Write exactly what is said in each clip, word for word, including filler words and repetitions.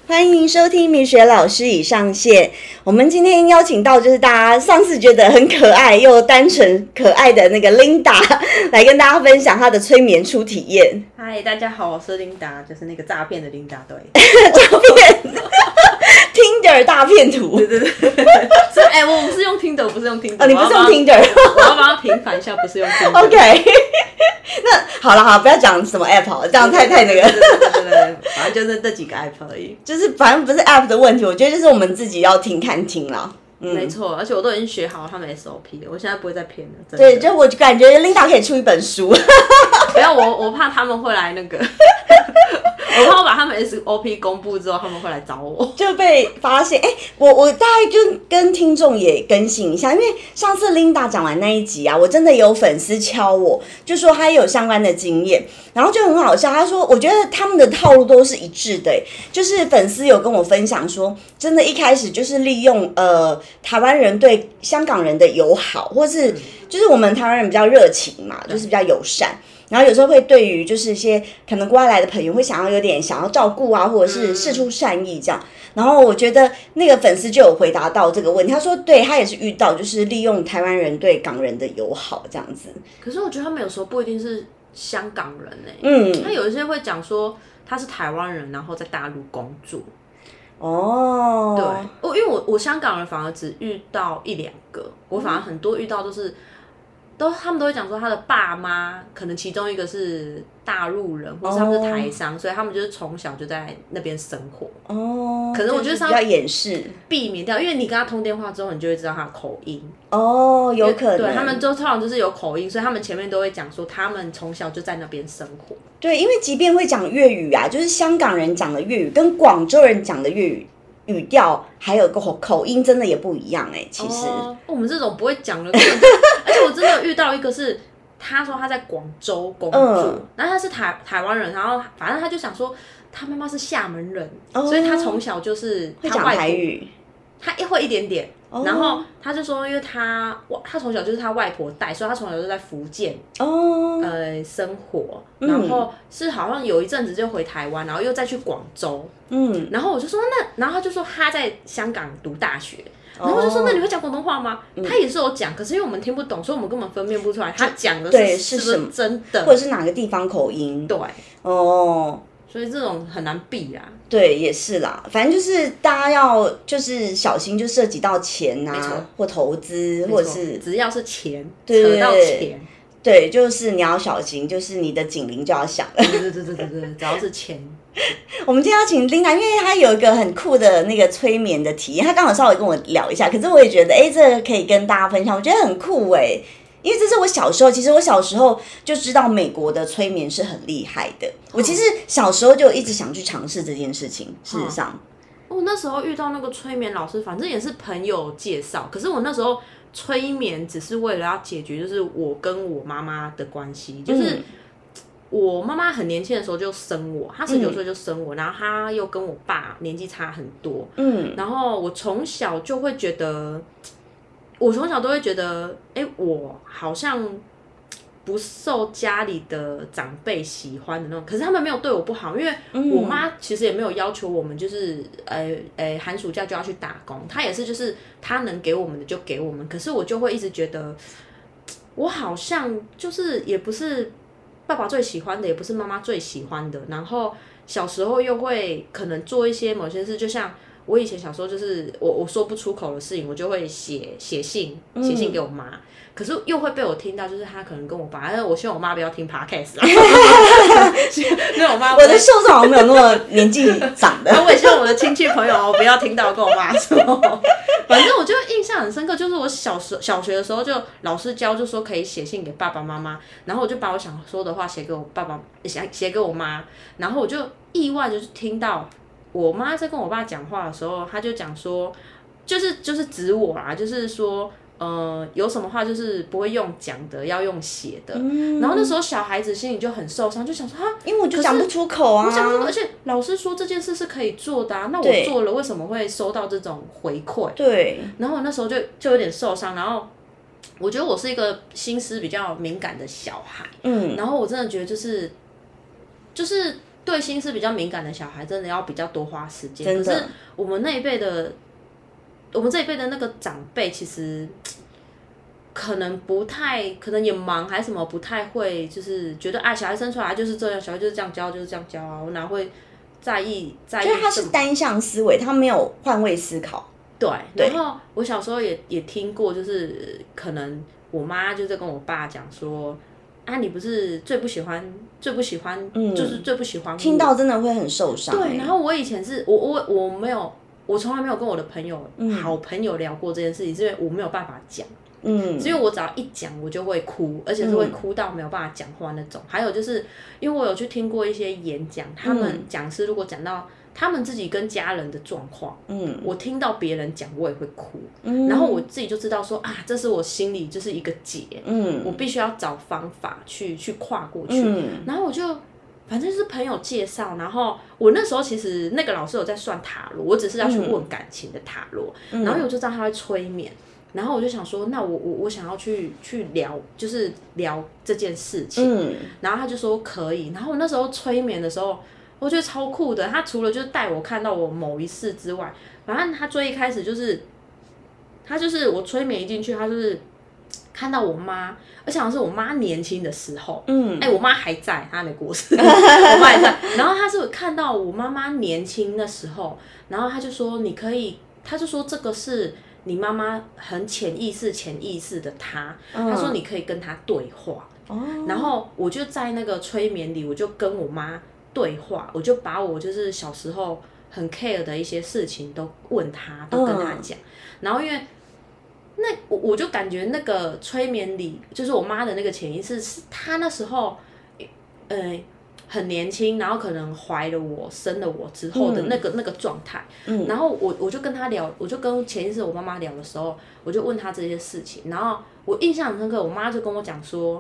欢迎收听米雪老师已上线。我们今天邀请到就是大家上次觉得很可爱又单纯可爱的那个 Linda 来跟大家分享她的催眠初体验。 嗨，大家好，我是 Linda， 就是那个诈骗的 Linda， 对， 诈骗Tinder 大骗图， 对对对，是哎、欸，我不是用 Tinder， 不是用 Tinder， 哦，你不是用 Tinder， 我要帮他平反一下，不是用 Tinder。 OK， 那好了好了，不要讲什么 App 好了，这样太太那个。 对对对对对，反正就是这几个 App 而已。 就是反正不是 App 的问题，我觉得就是我们自己要听看听啦。 嗯、没错，而且我都已经学好他们 S O P 了，我现在不会再骗了。真的对，就我感觉 Linda 可以出一本书。 不要我，我怕他们会来那个，我怕我把他们 S O P 公布之后，他们会来找我， 就被发现。哎、欸，我我大概就跟听众也更新一下，因为上次 Linda 讲完那一集啊，我真的有粉丝敲我，就说他也有相关的经验，然后就很好笑。他说，我觉得他们的套路都是一致的、欸，就是粉丝有跟我分享说，真的，一开始就是利用呃台湾人对香港人的友好，或是就是我们台湾人比较热情嘛，就是比较友善。然后有时候会对于就是一些可能国外来的朋友会想要有点想要照顾啊，或者是释出善意这样。然后我觉得那个粉丝就有回答到这个问题，他说对他也是遇到就是利用台湾人对港人的友好这样子。 可是我觉得他们有时候不一定是香港人哎、欸， 嗯， 他有一些会讲说他是台湾人，然后在大陆工作。 哦， 对，我因为我我香港人反而只遇到一两个，我反而很多遇到都是。都他们都会讲说他的爸妈可能其中一个是大陆人，或是他们是台商， oh. 所以他们就是从小就在那边生活。哦、oh, 可能我觉得是要掩饰， 避免掉，因为你跟他通电话之后，你就会知道他的口音。 哦、oh, 有可能。 对，他们就通常就是有口音，所以他们前面都会讲说他们从小就在那边生活。 对，因为即便会讲粤语啊，就是香港人讲的粤语跟广州人讲的粤语。语调还有口口音真的也不一样哎、欸，其实、 哦、我们这种不会讲的，而且我真的有遇到一个是，他说他在广州工作，嗯、然后他是台台湾人，然后反正他就想说他妈妈是厦门人，哦、所以他从小就是会讲台语， 他会一点点。哦、然后他就说，因为他他从小就是他外婆带，所以他从小就在福建哦，呃生活，然后是好像有一阵子就回台湾，然后又再去广州，嗯，然后我就说那，然后他就说他在香港读大学，然后我就说那你会讲广东话吗？嗯、他也是有讲，可是因为我们听不懂，所以我们根本分辨不出来他讲的是是不是真的， 或者是哪个地方口音， 对， 哦。 所以这种很难避啊。 对，也是啦，反正就是大家要就是小心，就涉及到钱啊，或投资，或者是只要是钱，扯到钱， 对，就是你要小心，就是你的警铃就要响。 对对对对对对，只要是钱。 我们今天要请 Linda， 因为她有一个很酷的那个催眠的体验，她刚好稍微跟我聊一下，可是我也觉得，哎，这个可以跟大家分享，我觉得很酷哎。因为这是我小时候，其实我小时候就知道美国的催眠是很厉害的。我其实小时候就一直想去尝试这件事情。事实上， 我、哦、那时候遇到那个催眠老师，反正也是朋友介绍。可是我那时候催眠只是为了要解决，就是我跟我妈妈的关系。就是我妈妈很年轻的时候就生我，她十九岁就生我，嗯、然后她又跟我爸年纪差很多。嗯，然后我从小就会觉得。我从小都会觉得，哎、欸，我好像不受家里的长辈喜欢的那种。可是他们没有对我不好，因为我妈其实也没有要求我们，就是呃呃寒暑假就要去打工。她也是，就是她能给我们的就给我们。可是我就会一直觉得，我好像就是也不是爸爸最喜欢的，也不是妈妈最喜欢的。然后小时候又会可能做一些某些事，就像。我以前小时候就是我我说不出口的事情，我就会写写信写信给我妈，嗯、可是又会被我听到，就是他可能跟我爸，但是我希望我妈不要听 podcast 啊，那我妈我的受众好像没有那么年纪长的， 我也希望我的亲戚朋友不要听到跟我妈说。反正我就印象很深刻，就是我小时小学的时候就老师教就说可以写信给爸爸妈妈，然后我就把我想说的话写给我爸爸写写给我妈，然后我就意外就是听到。我妈在跟我爸讲话的时候，她就讲说，就是就是指我啊，就是说，呃，有什么话就是不会用讲的，要用写的。嗯、然后那时候小孩子心里就很受伤，就想说啊， 因为我就讲不出口啊， 我讲不出口，而且老师说这件事是可以做的啊，那我做了为什么会收到这种回馈？ 对。 然后我那时候就就有点受伤，然后我觉得我是一个心思比较敏感的小孩，嗯，然后我真的觉得就是就是。 对心思比较敏感的小孩，真的要比较多花时间。 真的可是我们那一辈的，我们这一辈的那个长辈，其实可能不太，可能也忙还是什么，不太会，就是觉得啊，小孩生出来就是这样，小孩就是这样教，就是这样教啊，我哪会在意在意？ 就是他是单向思维，他没有换位思考。 对，然后我小时候也也听过，就是可能我妈就在跟我爸讲说。啊，你不是最不喜欢，最不喜欢，嗯、就是最不喜欢我。 听到真的会很受伤、欸。 对，然后我以前是我我我没有，我从来没有跟我的朋友、嗯、好朋友聊过这件事情，是因为我没有办法讲。嗯，所以我只要一讲，我就会哭，而且是会哭到没有办法讲话那种。嗯、还有就是因为我有去听过一些演讲，他们讲师如果讲到。他们自己跟家人的状况，嗯，我听到别人讲，我也会哭，嗯，然后我自己就知道说啊，这是我心里就是一个结，嗯，我必须要找方法去去跨过去，嗯，然后我就反正就是朋友介绍，然后我那时候其实那个老师有在算塔罗，我只是要去问感情的塔罗，嗯，然后我就知道他会催眠，然后我就想说，那我我我想要去去聊，就是聊这件事情，嗯，然后他就说可以，然后我那时候催眠的时候。我觉得超酷的，他除了就是带我看到我某一世之外，反正他最一开始就是，他就是我催眠一进去，他就是看到我妈，而且好像是我妈年轻的时候，嗯，哎、欸，我妈还在，她还没过世，我妈还在，然后他是看到我妈妈年轻的时候，然后他就说你可以，他就说这个是你妈妈很潜意识、潜意识的她，嗯、他说你可以跟她对话，哦，然后我就在那个催眠里，我就跟我妈。对话，我就把我就是小时候很 care 的一些事情都问他，都跟他讲。嗯、然后因为那我我就感觉那个催眠里，就是我妈的那个潜意识，是她那时候，呃，很年轻，然后可能怀了我、生了我之后的那个、嗯、那个状态。嗯、然后我我就跟他聊，我就跟潜意识我妈妈聊的时候，我就问他这些事情。然后我印象很深刻，我妈就跟我讲说，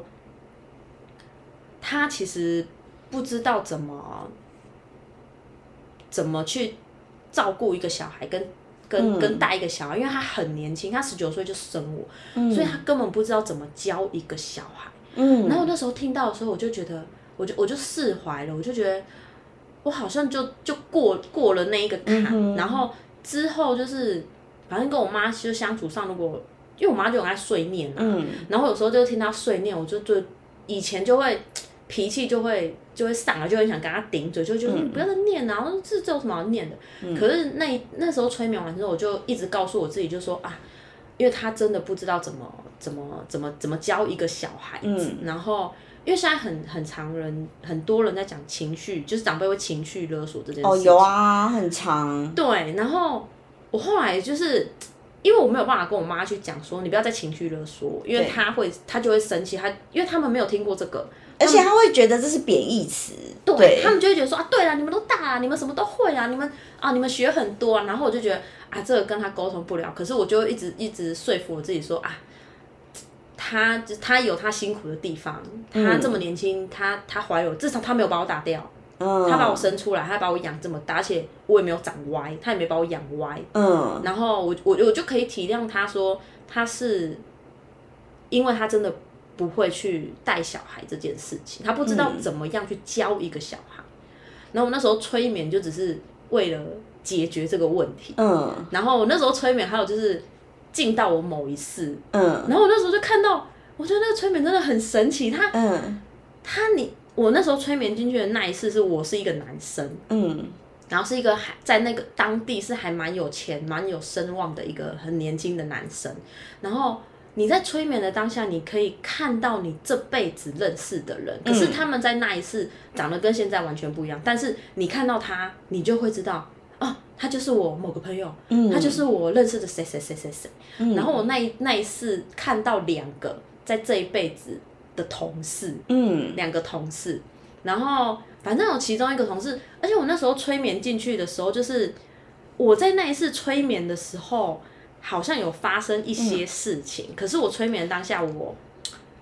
她其实。不知道怎么怎么去照顾一个小孩，跟跟、嗯、跟带一个小孩，因为他很年轻，他十九岁就生我，嗯、所以他根本不知道怎么教一个小孩。嗯、然后我那时候听到的时候，我就觉得，我就我就释怀了，我就觉得我好像就就过过了那一个坎。嗯、然后之后就是，反正跟我妈就相处上，如果因为我妈就很爱碎念啊，嗯、然后有时候就听她碎念，我就就以前就会脾气就会。就会上来，就很想跟他顶嘴，就觉得你不要再念啊，嗯、这这有什么好念的？嗯、可是那那时候催眠完之后，我就一直告诉我自己，就说啊，因为他真的不知道怎么怎么怎么怎么教一个小孩子。嗯、然后，因为现在很很常人，很多人在讲情绪，就是长辈会情绪勒索这件事情。 哦，有啊，很常。 对，然后我后来就是。因为我没有办法跟我妈去讲说，你不要再情绪勒索，因为她会，她就会生气，她因为他们没有听过这个， 而且她会觉得这是贬义词， 对，对他们就会觉得说啊，对啦，你们都大啊，你们什么都会啊，你们啊，你们学很多啊，然后我就觉得啊，这个跟他沟通不了，可是我就一直一直说服我自己说啊，他他有他辛苦的地方，他这么年轻，他他怀了我，至少他没有把我打掉。嗯、他把我生出来，他把我养这么大，而且我也没有长歪，他也没把我养歪。嗯，然后我我我就可以体谅他说，他是因为他真的不会去带小孩这件事情，他不知道怎么样去教一个小孩。嗯、然后我那时候催眠就只是为了解决这个问题。嗯，然后我那时候催眠还有就是进到我某一世。嗯，然后我那时候就看到，我觉得那个催眠真的很神奇，他，嗯，他你。我那时候催眠进去的那一次是我是一个男生，嗯，然后是一个还在那个当地是还蛮有钱、蛮有声望的一个很年轻的男生。然后你在催眠的当下，你可以看到你这辈子认识的人，可是他们在那一次长得跟现在完全不一样。但是你看到他，你就会知道，哦，他就是我某个朋友，嗯，他就是我认识的谁谁谁谁谁。嗯、然后我那一那一次看到两个在这一辈子。的同事，嗯，两个同事，然后反正有其中一个同事，而且我那时候催眠进去的时候，就是我在那一次催眠的时候，好像有发生一些事情，嗯、可是我催眠当下我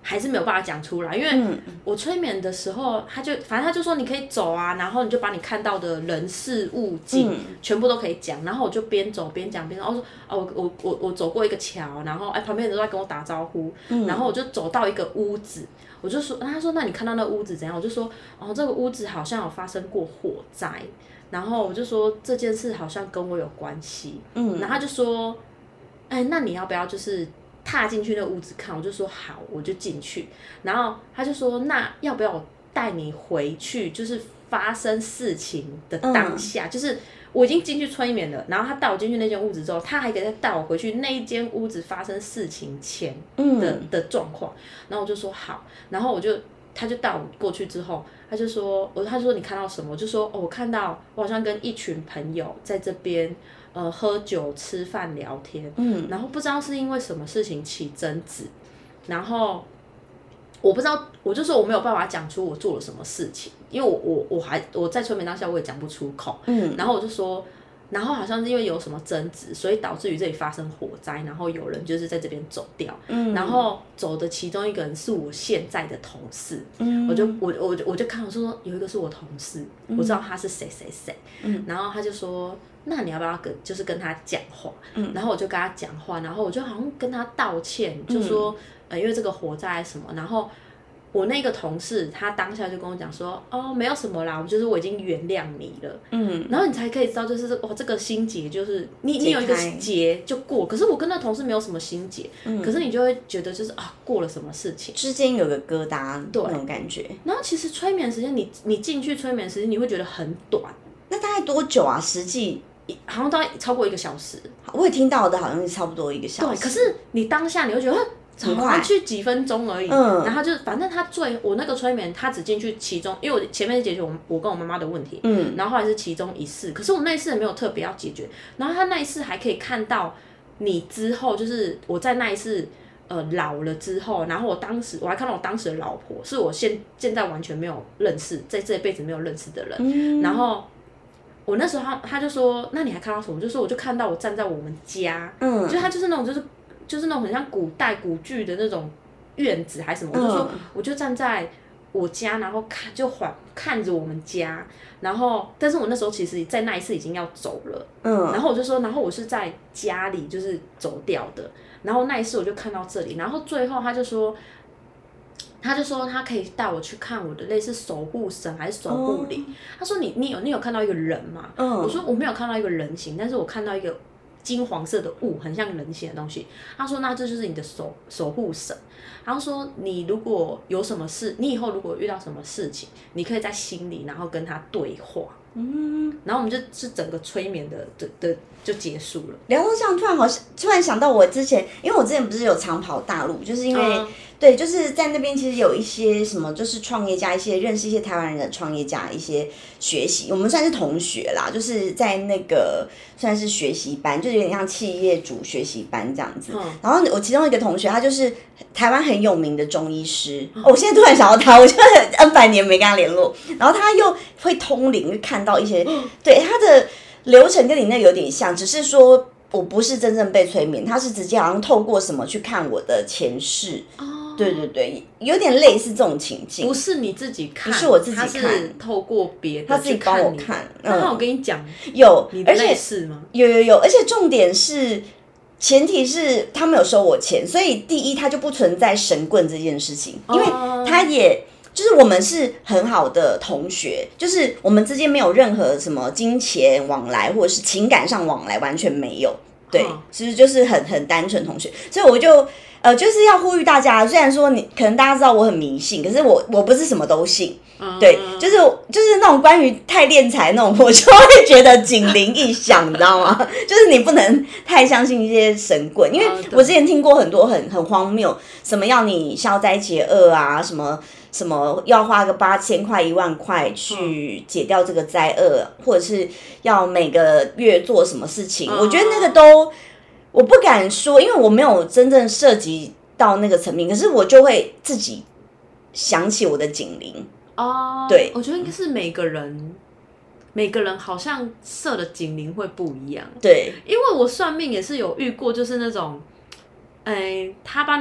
还是没有办法讲出来，因为我催眠的时候，他就反正他就说你可以走啊，然后你就把你看到的人事物景、嗯、全部都可以讲，然后我就边走边讲边讲，我说哦我我我走过一个桥，然后哎旁边人都在跟我打招呼，嗯、然后我就走到一个屋子，我就说他说那你看到那屋子怎样？我就说哦这个屋子好像有发生过火灾，然后我就说这件事好像跟我有关系，嗯，然后他就说哎那你要不要就是踏进去那个屋子看，我就说好，我就进去。然后他就说，那要不要我带你回去？就是发生事情的当下，嗯、就是我已经进去催眠了，然后他带我进去那间屋子之后，他还可以再带我回去那一间屋子发生事情前的、嗯、的状况。然后我就说好，然后我就他就带我过去之后，他就说，我他就说你看到什么？我就说哦，我看到我好像跟一群朋友在这边。呃，喝酒、吃饭、聊天，嗯，然后不知道是因为什么事情起争执，然后我不知道，我就说我没有办法讲出我做了什么事情，因为我我我还我在催眠当下我也讲不出口，嗯，然后我就说，然后好像是因为有什么争执，所以导致于这里发生火灾，然后有人就是在这边走掉，嗯，然后走的其中一个人是我现在的同事，嗯，我就我我我就看我说有一个是我同事，嗯、我知道他是谁谁谁，嗯，然后他就说。那你要不要跟就是跟他讲话？嗯，然后我就跟他讲话，然后我就好像跟他道歉，嗯、就说呃因为这个火灾什么，然后我那个同事他当下就跟我讲说，哦没有什么啦，我就是我已经原谅你了，嗯，然后你才可以知道就是哇这个心结就是你你有一个结就过，可是我跟那同事没有什么心结，嗯，可是你就会觉得就是啊过了什么事情之间有个疙瘩那种感觉， 然后其实催眠时间你你进去催眠时间你会觉得很短， 那大概多久啊？实际？ 好像大概超过一个小时， 我也听到的好像是差不多一个小时。 对，可是你当下你会觉得很快，去几分钟而已。嗯，然后就反正他最我那个催眠，他只进去其中，因为我前面是解决我我跟我妈妈的问题，嗯，然后后来是其中一次，可是我那一次也没有特别要解决，然后他那一次还可以看到你之后，就是我在那一次呃老了之后，然后我当时我还看到我当时的老婆，是我现现在完全没有认识，在这一辈子没有认识的人，嗯，然后。我那时候他他就说，那你还看到什么？我就说我就看到我站在我们家，嗯，就他就是那种就是就是那种很像古代古剧的那种院子还是什么，嗯、我就说我就站在我家，然后看就缓看着我们家，然后但是我那时候其实在那一次已经要走了，嗯，然后我就说，然后我是在家里就是走掉的，然后那一次我就看到这里，然后最后他就说。他就说他可以带我去看我的类似守护神还是守护灵。Oh. 他说你你有你有看到一个人吗？嗯，我说我没有看到一个人形，但是我看到一个金黄色的雾，很像人形的东西。他说那这就是你的守守护神。然后说你如果有什么事，你以后如果遇到什么事情，你可以在心里然后跟他对话。嗯，然后我们就是整个催眠的的的就结束了。 聊到这样，突然好像突然想到我之前，因为我之前不是有常跑大陆，就是因为、嗯、对，就是在那边其实有一些什么，就是创业家，一些认识一些台湾人的创业家，一些学习，我们算是同学啦，就是在那个算是学习班，就有点像企业主学习班这样子。嗯、然后我其中一个同学，他就是台湾很有名的中医师，嗯哦、我现在突然想到他，我就 N 百年没跟他联络，然后他又会通灵，就看到一些，嗯、对他的。流程跟你那有点像，只是说我不是真正被催眠，他是直接好像透过什么去看我的前世。哦，对对对，有点类似这种情境。 不是你自己看， 不是我自己看， 他是透过别的他自己帮我看。 嗯，那我跟你讲， 有， 你的类似吗？ 有有有，而且重点是，前提是他没有收我钱，所以第一他就不存在神棍这件事情，因为他也。就是我们是很好的同学，就是我们之间没有任何什么金钱往来或者是情感上往来，完全没有。对，其实就是很很单纯同学，所以我就呃就是要呼吁大家，虽然说你可能大家知道我很迷信，可是我我不是什么都信。对，就是就是那种关于太敛财那种，我就会觉得警铃一响，你知道吗？就是你不能太相信一些神棍，因为我之前听过很多很很荒谬，什么要你消灾解厄啊，什么什么要花个八千块一万块去解掉这个灾厄，或者是要每个月做什么事情，我觉得那个都我不敢说，因为我没有真正涉及到那个层面，可是我就会自己想起我的警铃。 哦，对，我觉得应该是每个人，每个人好像设的警铃会不一样。 对， 因为我算命也是有遇过，就是那种，哎，他帮你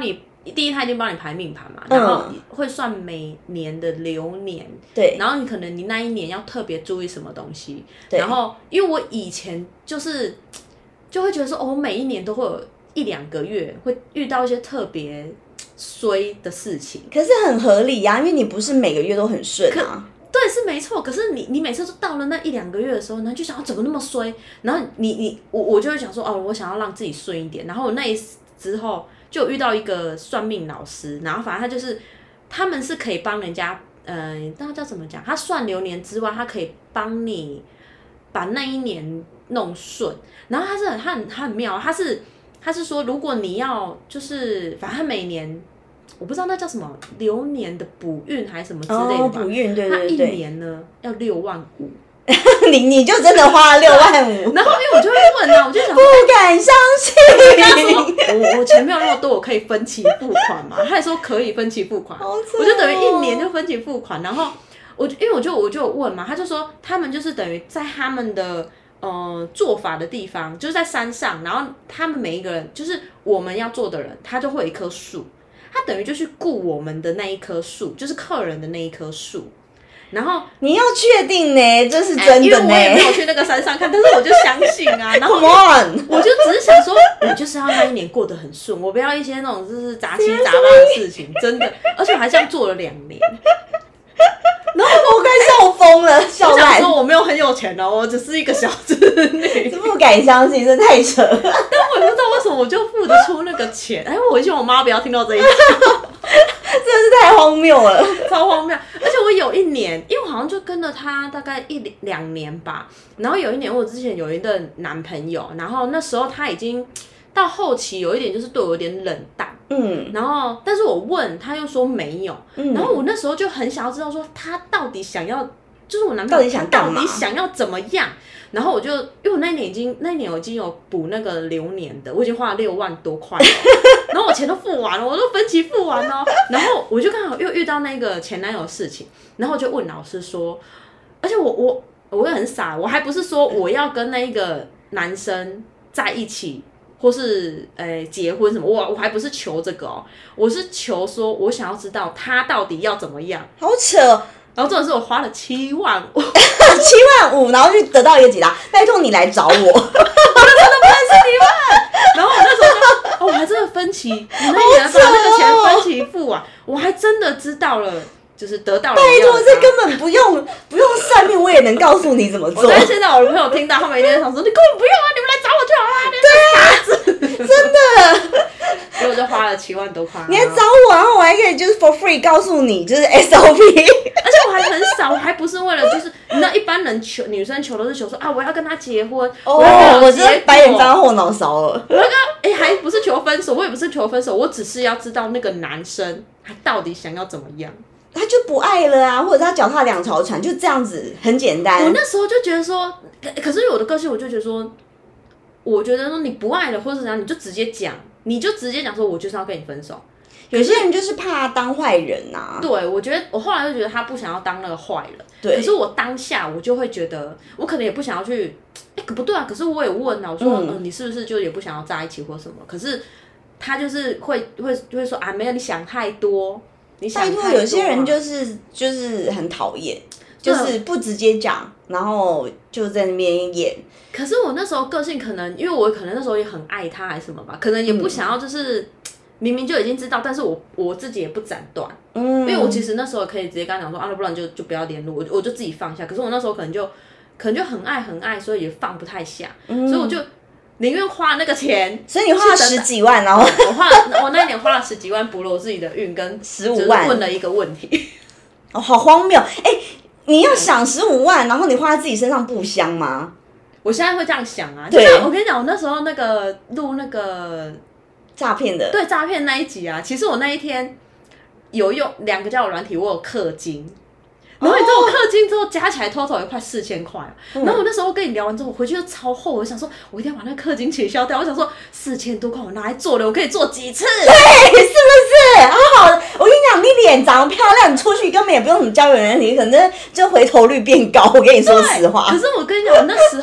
第一他已经帮你排命盘嘛，然后会算每年的流年， 对， 然后你可能你那一年要特别注意什么东西，然后因为我以前就是就会觉得说，哦，我每一年都会有一两个月会遇到一些特别衰的事情， 可是很合理啊，因为你不是每个月都很顺啊。 对，是没错。可是你你每次都到了那一两个月的时候，然后就想要怎么那么衰，然后你你我我就会想说，哦，我想要让自己顺一点。然后我那一之后就遇到一个算命老师，然后反正他就是他们是可以帮人家，呃，那叫怎么讲？他算流年之外，他可以帮你把那一年弄顺。然后他是很他很他很妙，他是他是说，如果你要就是反正他每年。我不知道那叫什么流年的补运还是什么之类的吧。 补运，对对对。 他一年呢要六万五， 你你就真的花了六万五。 然后因为我就会问啊，我就想不敢相信。 我我钱没有那么多，我可以分期付款嘛？他也说可以分期付款， 哦、 我就等于一年就分期付款。然后我因为我就我就有问嘛，他就说他们就是等于在他们的呃做法的地方，就是在山上，然后他们每一个人就是我们要做的人，他就会有一棵树。他等于就去顾我们的那一棵树，就是客人的那一棵树。然后你要确定呢，这是真的呢、欸，因为我也没有去那个山上看，但是我就相信啊。然后 Come on， 我就只是想说，我就是要那一年过得很顺，我不要一些那种就是杂七杂八的事情，真的。而且我还这样做了两年。 然后我快笑疯了，笑烂。 我想说我没有很有钱哦，我只是一个小子女， 不敢相信，这太扯了。但我也不知道为什么我就付得出那个钱。哎，我希望我妈不要听到这一集， 真的是太荒谬了， 超荒谬。而且我有一年，因为我好像就跟了他大概一两年吧，然后有一年我之前有一个男朋友，然后那时候他已经到后期有一点就是对我有点冷淡。嗯，然后但是我问他又说没有，嗯、然后我那时候就很想要知道说他到底想要，就是我男朋友他到底想要怎么样，然后我就因为我那一年已经那一年我已经有补那个流年的，我已经花了六万多块了，然后我钱都付完了，我都分期付完了，然后我就刚好又遇到那个前男友的事情，然后我就问老师说，而且我我我也很傻，我还不是说我要跟那一个男生在一起。或是呃结婚什么，我我还不是求这个哦，我是求说我想要知道他到底要怎么样。 好扯， 然后这种是我花了七万五， 七万五，然后就得到一个解答，拜托你来找我，我真的不认识你们。然后我那时候就，哦，我还真的分期，你那一年把那个钱分期付完，我还真的知道了。就是得到了， 拜托，这根本不用不用算命，我也能告诉你怎么做。 但是现在我的朋友听到，他们一定想说：“你根本不用啊，你们来找我就好啊！”对啊， 真的。 所以我就花了七万多块。 你还找我，然后我还可以就是 for free 告诉你，就是 S O P。 而且我还很少，我还不是为了就是你知道一般人求女生求都是求说啊，我要跟他结婚。 哦，我真的白眼翻后脑勺了。 我那个哎，还不是求分手，我也不是求分手，我只是要知道那个男生他到底想要怎么样。 他就不爱了啊，或者他脚踏两条船，就这样子，很简单。 我那时候就觉得说，可是我的个性，我就觉得说，我觉得说你不爱了或者怎样，你就直接讲，你就直接讲说，我就是要跟你分手。 有些人就是怕当坏人啊。 对，我觉得我后来就觉得他不想要当那个坏人。 对。 可是我当下我就会觉得，我可能也不想要去，哎，可不对啊。可是我也问啊，我说，嗯、呃，你是不是就也不想要在一起或什么？可是他就是会会就会说啊，没有，你想太多。 拜托，有些人就是就是很讨厌，就是不直接讲，然后就在那边演。 可是我那时候个性可能，因为我可能那时候也很爱他还是什么吧，可能也不想要就是、嗯、明明就已经知道，但是我我自己也不斩断，嗯，因为我其实那时候可以直接跟他讲说啊，不然就就不要联络，我我就自己放下。可是我那时候可能就可能就很爱很爱，所以也放不太下，嗯、所以我就。宁愿花那个钱， 所以你花了十几万，然后我花了，我那一年花了十几万补了我自己的运，跟十五万问了一个问题， 哦，好荒谬！哎、欸，你要想十五万，然后你花在自己身上不香吗？ 我现在会这样想啊，就像我跟你讲，我那时候那个录那个诈骗的， 对诈骗那一集啊，其实我那一天有用两个交友软体，我有氪金。然后你知道我氪金之后加起来 total 也快四千块，然后我那时候跟你聊完之后，我回去就超后悔，我想说我一定要把那个氪金取消掉。我想说四千多块我拿来做了，我可以做几次？ 对，是不是？好好，我跟你讲，你脸长得漂亮，你出去根本也不用什么交友软体，可能就回头率变高。我跟你说实话。 可是我跟你讲，那时候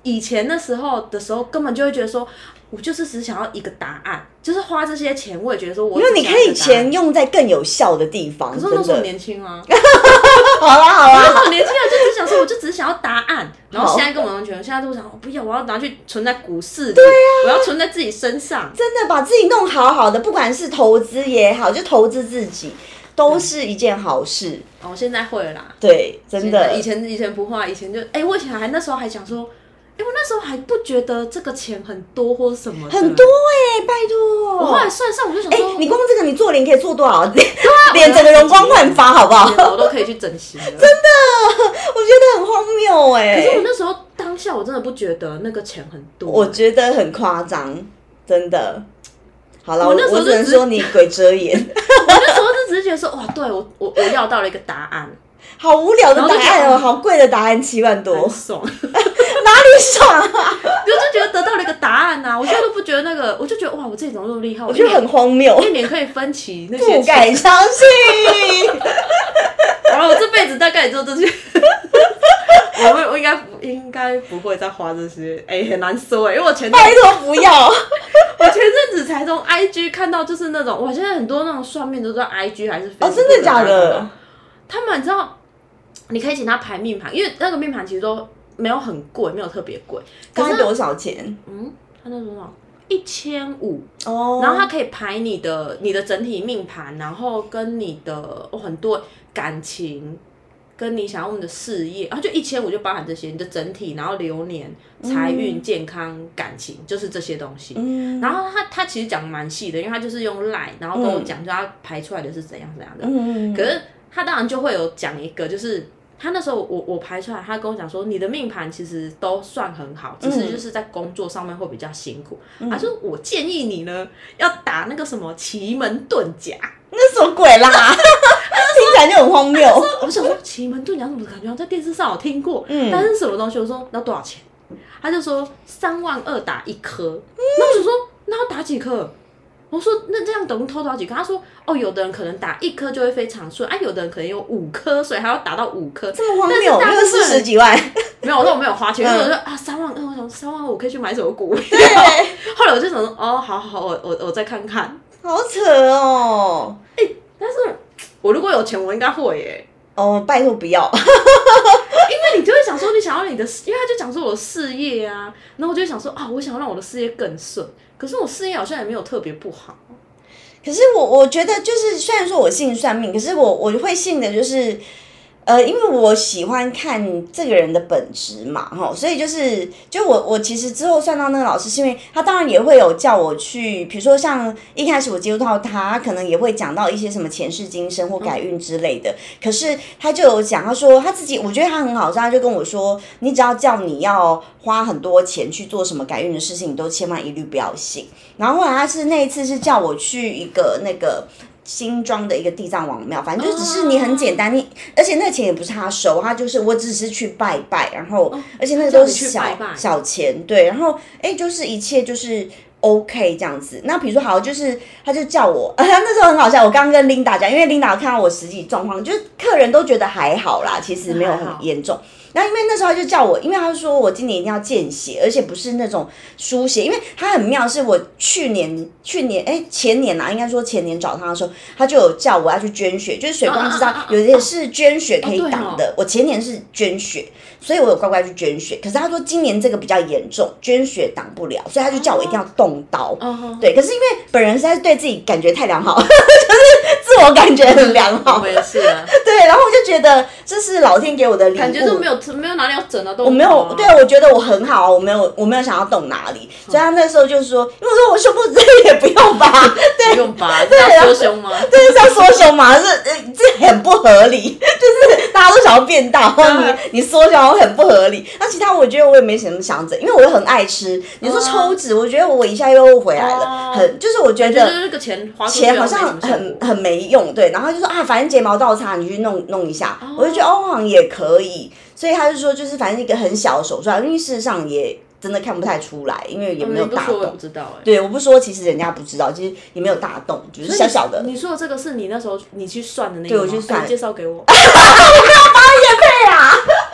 以前那时候的时候，根本就会觉得说，我就是只想要一个答案，就是花这些钱，我也觉得说我因为你可以钱用在更有效的地方。 可是那时候年轻啊， 好啦好啦， 那时候年轻啊，就只想说，我就只是想要答案。然后现在跟我完全，现在都想，我不要，我要拿去存在股市里，对啊，我要存在自己身上。 真的把自己弄好好的，不管是投资也好，就投资自己。都是一件好事。 哦，现在会了啦。 对，真的。 以前以前不会，以前就哎、欸，我以前还那时候还想说，哎、欸，我那时候还不觉得这个钱很多或什么的。 很多哎、欸，拜托。 我后来算上，我就想说， 哎、欸，你光这个你做脸可以做多少？脸、 啊、 脸整个容光焕发，好不好？ 我都可以去整形了。 真的，我觉得很荒谬哎、 欸。可是我那时候当下我真的不觉得那个钱很多、欸， 我觉得很夸张，真的。好了，我那时候我只能说你鬼遮眼。 我那时候就只是觉得说，哇，对我我我要到了一个答案， 好无聊的答案哦，好贵的答案，七万多， 爽，哪里爽啊？ 我就觉得得到了一个答案呐、啊，我现在都不觉得那个，我就觉得哇，我自己怎么那么厉害？ 我觉得很荒谬， 一年可以分期那些， 不敢相信。 然后我这辈子大概也就这些。我会，我应该应该不会再花这些，哎、欸，很难说哎、欸，因为我前拜托不要， 我前阵子才从 I G 看到，就是那种，哇，现在很多那种算命都在 I G 还是 Facebook 哦，真的假的？ 他们你知道，你可以请他排命盘，因为那个命盘其实都没有很贵，没有特别贵， 大概多少钱？ 嗯，他那多少？一千五哦， 然后他可以排你的你的整体命盘，然后跟你的哦很多感情。跟你想要我们的事业，然后就一千五就包含这些，你的整体，然后流年、财运、嗯、健康、感情，就是这些东西。嗯、然后他他其实讲蛮细的，因为他就是用 line， 然后跟我讲，就他排出来的是怎样怎样的。嗯、可是他当然就会有讲一个，就是他那时候我我排出来，他跟我讲说，你的命盘其实都算很好，只是就是在工作上面会比较辛苦。嗯、他说我建议你呢，要打那个什么奇门遁甲。 那什么鬼啦？听起来就很荒谬。 我想说奇门遁甲怎么感觉在电视上有听过？嗯，但是什么东西？我说那多少钱？他就说三万二打一颗。嗯、那我就说那要打几颗？我说那这样等于偷多少几颗？他说哦，有的人可能打一颗就会非常顺，啊，有的人可能有五颗，所以还要打到五颗。 这么荒谬，那个四十几万。 没有，我说我没有花钱，因为我说啊三万二，我想三万二我可以去买什么股票？后来我就想说哦，好好，我我我再看看。 好扯哦！ 哎、欸，但是我如果有钱，我应该会耶。 哦，拜托不要， 因为你就会想说，你想要你的，因为他就讲说我的事业啊，然后我就会想说啊，我想要让我的事业更顺，可是我事业好像也没有特别不好。 可是我我觉得就是，虽然说我信算命，可是我我会信的就是。呃，因为我喜欢看这个人的本质嘛，哈，所以就是，就我我其实之后算到那个老师，是因为他当然也会有叫我去，比如说像一开始我接触到他，他可能也会讲到一些什么前世今生或改运之类的，嗯、可是他就有讲，他说他自己，我觉得他很好，他就跟我说，你只要叫你要花很多钱去做什么改运的事情，你都千万一律不要信。然后后来他是那一次是叫我去一个那个。新庄的一个地藏王庙，反正就只是你很简单， oh. 你而且那个钱也不是他收，他就是我只是去拜拜，然后、oh. 而且那个都是小拜拜小钱，对，然后哎、欸，就是一切就是 OK 这样子。那比如说好，就是他就叫我，啊、那时候很好笑，我刚刚跟 Linda 讲，因为 Linda 看到我实际状况，就是客人都觉得还好啦，其实没有很严重。那因为那时候他就叫我，因为他说我今年一定要见血，而且不是那种输血，因为他很妙，是我去年去年哎前年啊，应该说前年找他的时候，他就有叫我要去捐血，就是水光知道有些是捐血可以挡的，我前年是捐血，所以我有乖乖去捐血。可是他说今年这个比较严重，捐血挡不了，所以他就叫我一定要动刀。对，可是因为本人实在是对自己感觉太良好，就是自我感觉很良好。 我也是啊。 对，然后我就觉得这是老天给我的礼物， 感觉都没有。没有哪里要整啊，都我没有，对，我觉得我很好，我没有，我没有想要动哪里，所以他那时候就说，因为我说我胸部这个也不用吧，对， 不用吧，对，要缩胸吗？ 对，是要缩胸嘛，是这很不合理，就是大家都想要变大，然后你你缩胸很不合理。那其他我觉得我也没什么想整，因为我又很爱吃。你说抽脂，我觉得我一下又回来了，很就是我觉得那个钱花钱好像很很没用，对，然后就说啊，反正睫毛倒插，你去弄弄一下，我就觉得哦，好像也可以。所以他就说，就是反正一个很小的手术，因为事实上也真的看不太出来，因为也没有大洞。 我不知道哎、欸。 对，我不说，其实人家不知道，其实也没有大洞，就是小小的。 你, 你说的这个是你那时候你去算的那个吗？ 对，我去算， 介绍给我。 我没有帮他业配啊。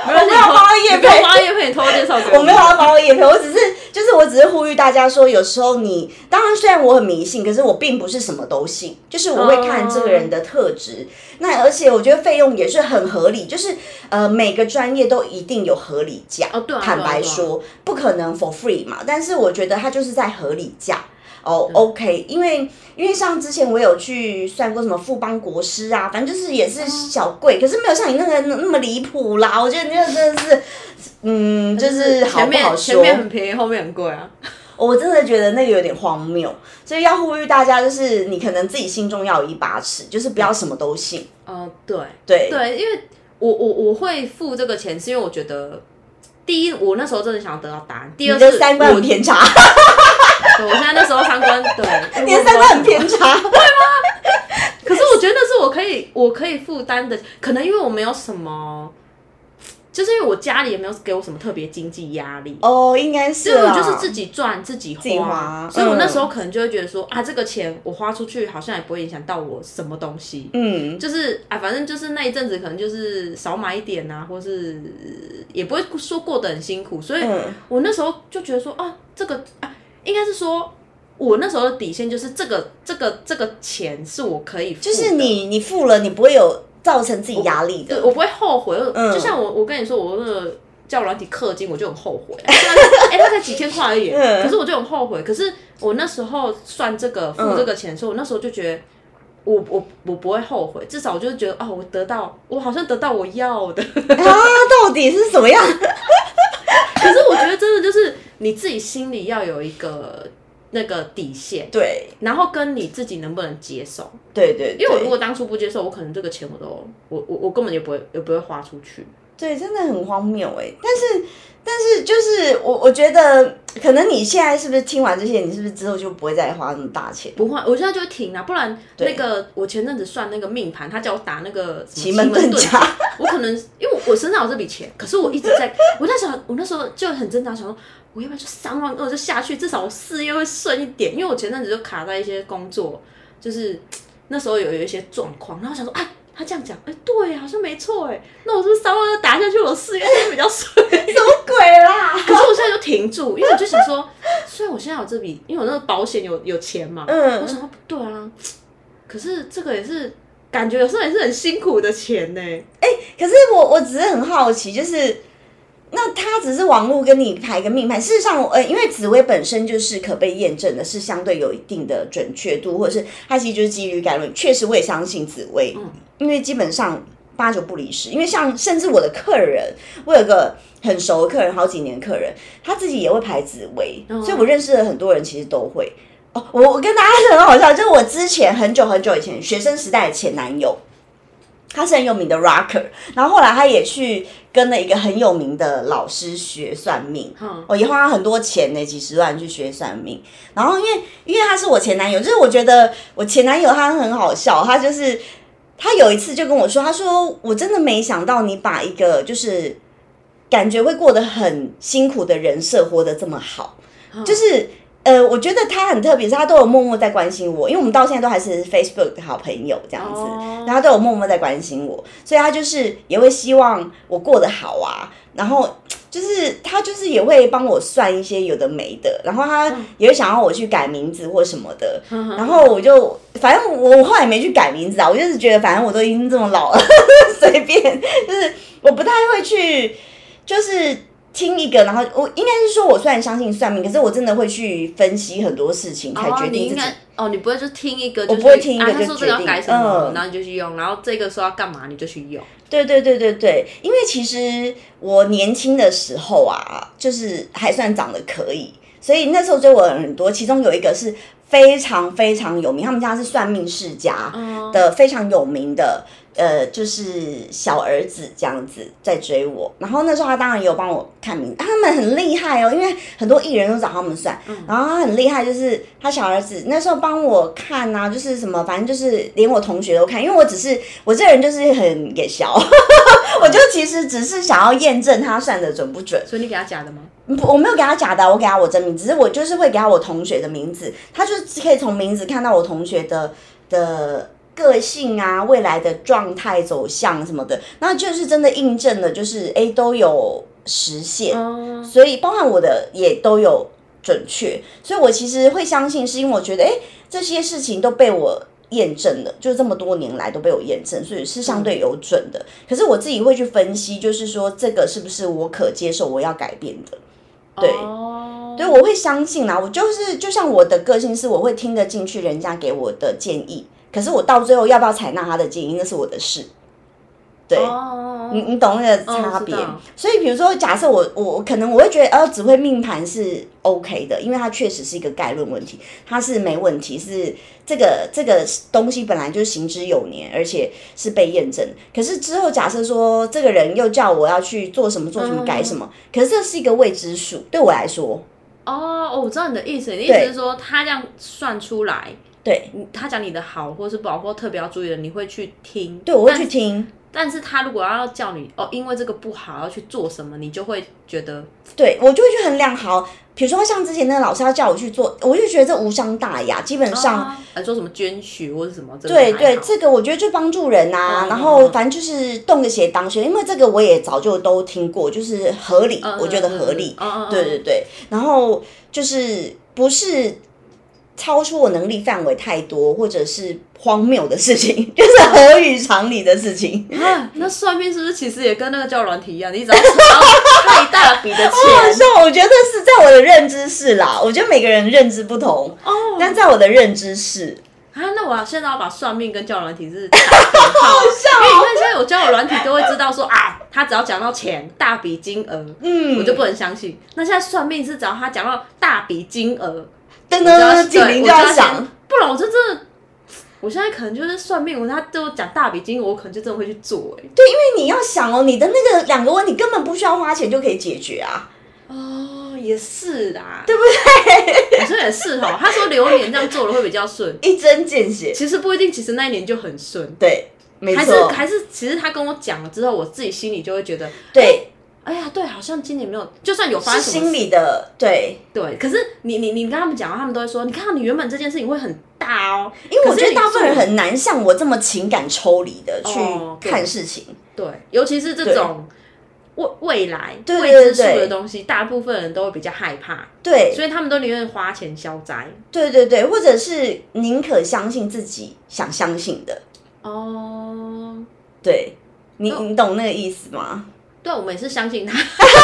没有我没有帮他业配， 你不要帮他业配，你偷偷介绍给我。 我没有要帮我业配，我只是就是我只是呼吁大家说，有时候你当然虽然我很迷信，可是我并不是什么都信，就是我会看这个人的特质。Oh. 那而且我觉得费用也是很合理，就是呃每个专业都一定有合理价。 哦，对啊， 坦白说， 对啊， 不可能 for free 嘛，但是我觉得它就是在合理价。哦、oh, ，OK， 因为因为像之前我有去算过什么富邦国师啊，反正就是也是小贵，可是没有像你那个那么离谱啦。我觉得你那个真的是，嗯，就是好不好说？ 前面很便宜，后面很贵啊。 我真的觉得那个有点荒谬，所以要呼吁大家，就是你可能自己心中要有一把尺，就是不要什么都信。 哦、呃，对对对，因为我我我会付这个钱，是因为我觉得，第一，我那时候真的想要得到答案；第二， 你的三观很偏差。 对，我现在那时候三观对， 你的三观很偏差， 会吗？可是我觉得那是我可以我可以负担的，可能因为我没有什么。就是因为我家里也没有给我什么特别经济压力哦，应该是， 所以我就是自己赚自己花， 自己花， 所以我那时候可能就会觉得说、嗯、啊，这个钱我花出去好像也不会影响到我什么东西，嗯，就是啊，反正就是那一阵子可能就是少买一点啊，或是也不会说过得很辛苦，所以我那时候就觉得说啊，这个啊，应该是说。我那时候的底线就是这个这个这个钱是我可以付的， 就是你你付了，你不会有造成自己压力的， 我, 我不会后悔。嗯、就像我我跟你说，我那个叫软体氪金，我就很后悔。哎、欸，它才几千块而已、嗯，可是我就很后悔。可是我那时候算这个付这个钱的时候，嗯、我那时候就觉得我我我不会后悔，至少我就觉得哦，我得到我好像得到我要的啊，到底是什么样？ 可是我觉得真的就是你自己心里要有一个。那个底线， 对， 然后跟你自己能不能接受， 对对对， 因为我如果当初不接受，我可能这个钱我都我我我根本也不会也不会花出去， 对，真的很荒谬哎、欸。但是但是就是我我觉得，可能你现在是不是听完这些，你是不是之后就不会再花那么大钱？ 不会，我现在就会停啊，不然那个我前阵子算那个命盘，他叫我打那个奇门遁甲， 我可能因为我身上有这笔钱，可是我一直在，我那时候我那时候就很挣扎，想说。我要不要就三万二就下去，至少我事业会顺一点。因为我前阵子就卡在一些工作，就是那时候有有一些状况，然后想说，哎，他这样讲，哎，对，好像没错，哎，那我是不是三万二打下去，我事业会比较顺？什么鬼啦？ 可是我现在就停住，因为我就想说，虽然我现在有这笔，因为我那个保险有有钱嘛，嗯，我想说，对啊，可是这个也是感觉有时候也是很辛苦的钱呢。 哎，可是我我只是很好奇，就是。那他只是网络跟你排一个命盘，事实上，呃，因为紫微本身就是可被验证的，是相对有一定的准确度，或者是它其实就是几率概论。确实，我也相信紫微，嗯，因为基本上八九不离十。因为像甚至我的客人，我有个很熟的客人，好几年客人，他自己也会排紫微，嗯，所以我认识的很多人其实都会。哦，我我跟大家很好笑，就是我之前很久很久以前学生时代的前男友。他是很有名的 rocker， 然后后来他也去跟了一个很有名的老师学算命，嗯，我也花很多钱呢，几十万去学算命。然后因为因为他是我前男友，就是我觉得我前男友他很好笑，他就是他有一次就跟我说，他说我真的没想到你把一个就是感觉会过得很辛苦的人设活得这么好，嗯，就是。呃，我觉得他很特别，是他都有默默在关心我，因为我们到现在都还是 Facebook 的好朋友这样子， oh. 然后他都有默默在关心我，所以他就是也会希望我过得好啊，然后就是他就是也会帮我算一些有的没的，然后他也会想要我去改名字或什么的，然后我就反正我后来没去改名字啊，我就是觉得反正我都已经这么老了，随便，就是我不太会去，就是。听一个，然后我应该是说，我虽然相信算命，可是我真的会去分析很多事情，才决定自己。哦，你应该哦，你不会就听一个，就我不会听一个就决定。 啊，他说这个要改什么，嗯，然后你就去用，然后这个说要干嘛，你就去用。 对对对对对，因为其实我年轻的时候啊，就是还算长得可以，所以那时候追我很多，其中有一个是非常非常有名，他们家是算命世家的，非常有名的。呃，就是小儿子这样子在追我，然后那时候他当然也有帮我看名，他们很厉害哦，因为很多艺人都找他们算，嗯，然后他很厉害，就是他小儿子那时候帮我看啊，就是什么，反正就是连我同学都看，因为我只是我这人就是很给小，我就其实只是想要验证他算的准不准， 所以你给他假的吗？ 我没有给他假的，我给他我真名，只是我就是会给他我同学的名字，他就可以从名字看到我同学的的。 个性啊，未来的状态走向什么的，那就是真的印证了，就是哎都有实现，嗯、所以包含我的也都有准确，所以我其实会相信，是因为我觉得哎这些事情都被我验证了，就这么多年来都被我验证，所以是相对有准的。嗯、可是我自己会去分析，就是说这个是不是我可接受、我要改变的。对，哦、对，我会相信啦。我就是就像我的个性是，我会听得进去人家给我的建议，可是我到最后要不要采纳他的建议，那是我的事。对，哦、你你懂那个差别。哦、所以比如说，假设我我可能我会觉得，呃，只会命盘是 OK 的，因为它确实是一个概论问题，它是没问题，是这个这个东西本来就是行之有年，而且是被验证。可是之后假设说，这个人又叫我要去做什么做什么改什么，嗯、可是这是一个未知数，对我来说。 哦，我知道你的意思，你的意思是说，他这样算出来， 对， 他讲你的好或是不好或特别要注意的，你会去听。 对，我会去听。 但是他如果要叫你哦，因为这个不好要去做什么，你就会觉得， 对我就会去衡量好。比如说像之前那个老师要叫我去做，我就觉得这无伤大雅，基本上， 啊、做什么捐血或者什么，这个对对，这个我觉得就帮助人啊，嗯、然后反正就是动个血当血，因为这个我也早就都听过，就是合理，嗯、我觉得合理，嗯、对对对，然后就是不是超出我能力范围太多，或者是荒谬的事情，就是合于常理的事情。 啊，那算命是不是其实也跟那个交友软体一样？你只要存到太大笔的钱， 好好笑。我觉得是在我的认知是啦，我觉得每个人认知不同，哦，但在我的认知是。 啊，那我现在要把算命跟交友软体是打等号，好笑、哦。因为你看现在有交友软体都会知道说啊，他只要讲到钱大笔金额，嗯，我就不能相信。那现在算命是只要他讲到大笔金额。噔噔，警铃就要响，不然我就真的，我现在可能就是算命，他就讲大笔金额，我可能就真的会去做、欸。 对，因为你要想哦，你的那个两个问题根本不需要花钱就可以解决啊。 哦，也是啦， 对不对？ 好像也是哈。他说流年这样做了会比较顺， 一针见血。 其实不一定，其实那一年就很顺。 对，没错。 还是还是，其实他跟我讲了之后，我自己心里就会觉得， 对。 欸哎呀，对，好像今年没有，就算有发生什么事， 心里的对对，可是你你你跟他们讲，他们都会说，你看到你原本这件事情会很大哦， 因为我觉得大部分人很难像我这么情感抽离的去看事情， 哦、对, 对，尤其是这种未未来未知数的东西，大部分人都会比较害怕， 对， 所以他们都宁愿花钱消灾， 对对对，或者是宁可相信自己想相信的，哦，对你你懂那个意思吗？ 对，我们也是相信他，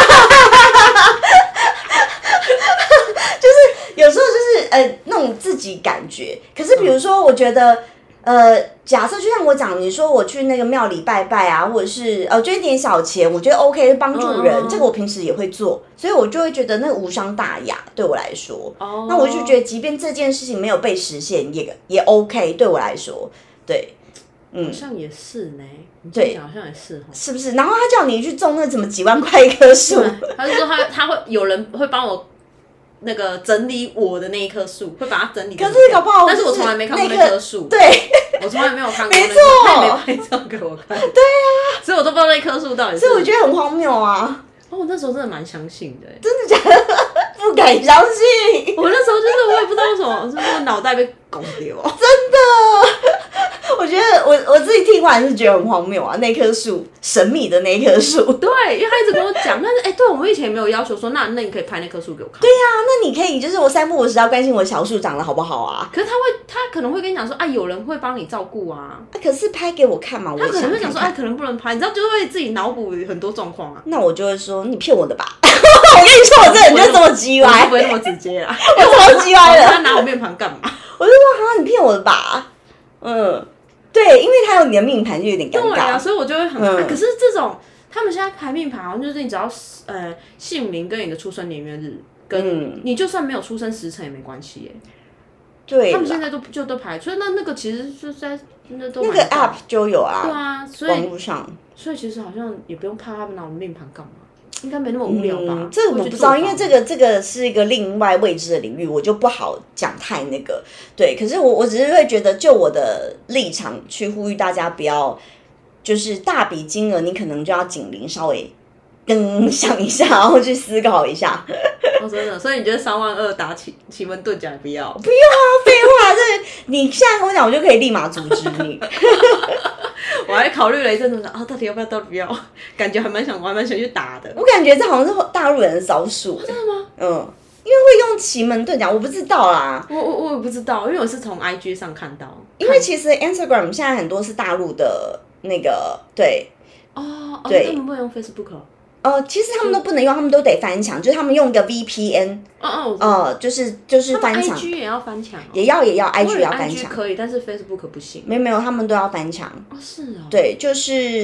就是有时候就是呃那种自己感觉。可是比如说，我觉得、嗯、呃，假设就像我讲，你说我去那个庙里拜拜啊，或者是呃捐一点小钱，我觉得 OK 帮助人、嗯，这个我平时也会做，所以我就会觉得那个无伤大雅，对我来说。哦，那我就觉得，即便这件事情没有被实现，也也 OK， 对我来说，对。 嗯，好像也是呢。对，好像也是， 是不是？然后他叫你去种那什么几万块一棵树， 他就说他他会有人会帮我那个整理我的那一棵树，会把它整理。 可是搞不好， 但是我从来没看过那棵树。 对， 我从来没有看过、 那個。没错， 他也没拍照给我看。对啊， 所以我都不知道那棵树到底是。 所以我觉得很荒谬啊。 哦，我那时候真的蛮相信的。 真的假的？不敢相信。 我那时候就是我也不知道为什么，就是我脑袋被拱丢。真的。我觉得我我自己听完是觉得很荒谬啊，那棵树神秘的那棵树， 对，因为他一直跟我讲，但是哎、欸，对我们以前也没有要求说，那那你可以拍那棵树给我看。 对呀、啊，那你可以就是我三不五时要关心我小树长得好不好啊。 可是他会，他可能会跟你讲说，啊，有人会帮你照顾啊。 啊，可是拍给我看嘛，我他可能会讲说，哎、啊，可能不能拍，你知道，就会自己脑补很多状况啊。 那我就会说，你骗我的吧。我跟你说，我这人就是这么鸡歪， 不会那么直接啦。 我超鸡歪的。 他拿我面盘干嘛？ 我就说，哈，你骗我的吧。嗯。对，因为他有你的命盘，就有点尴尬。 对啊，所以我就会很、嗯啊。可是这种他们现在排命盘，好像就是你只要呃姓名跟你的出生年月日，跟、嗯、你就算没有出生时辰也没关系耶。 对， 他们现在都就都排，所以那那个其实是在那都那个 app 就有啊。 对啊，所以网络上， 所以其实好像也不用怕他们拿我们命盘干嘛。应该没那么无聊吧？ 嗯、这个我不知道，因为这个这个是一个另外未知的领域，我就不好讲太那个。对，可是我我只是会觉得，就我的立场去呼吁大家不要，就是大笔金额，你可能就要警铃稍微更想一下，然后去思考一下。 哦，真的，所以你觉得三万二打奇奇门遁甲不要？ 不要啊，废话，这你现在跟我讲，我就可以立马阻止你。 我还考虑了一阵子，啊，到底要不要，到底不要？感觉还蛮想，我还蛮想去打的。 我感觉这好像是大陆人的招数、 哦，真的吗？ 嗯，因为会用奇门遁甲，我不知道啦。 我我我也不知道，因为我是从 I G 上看到。 因为其实 Instagram 现在很多是大陆的那个，对。 哦， 对， 他们不能用 Facebook。 呃，其实他们都不能用，他们都得翻墙，就是他们用一个 V P N， 哦哦， 呃，就是就是翻墙。 I G 也要翻墙、哦， 也要也要 I G 也要翻墙， 可以，但是 Facebook 不行。 没有没有，他们都要翻墙。 哦，是哦。 对，就是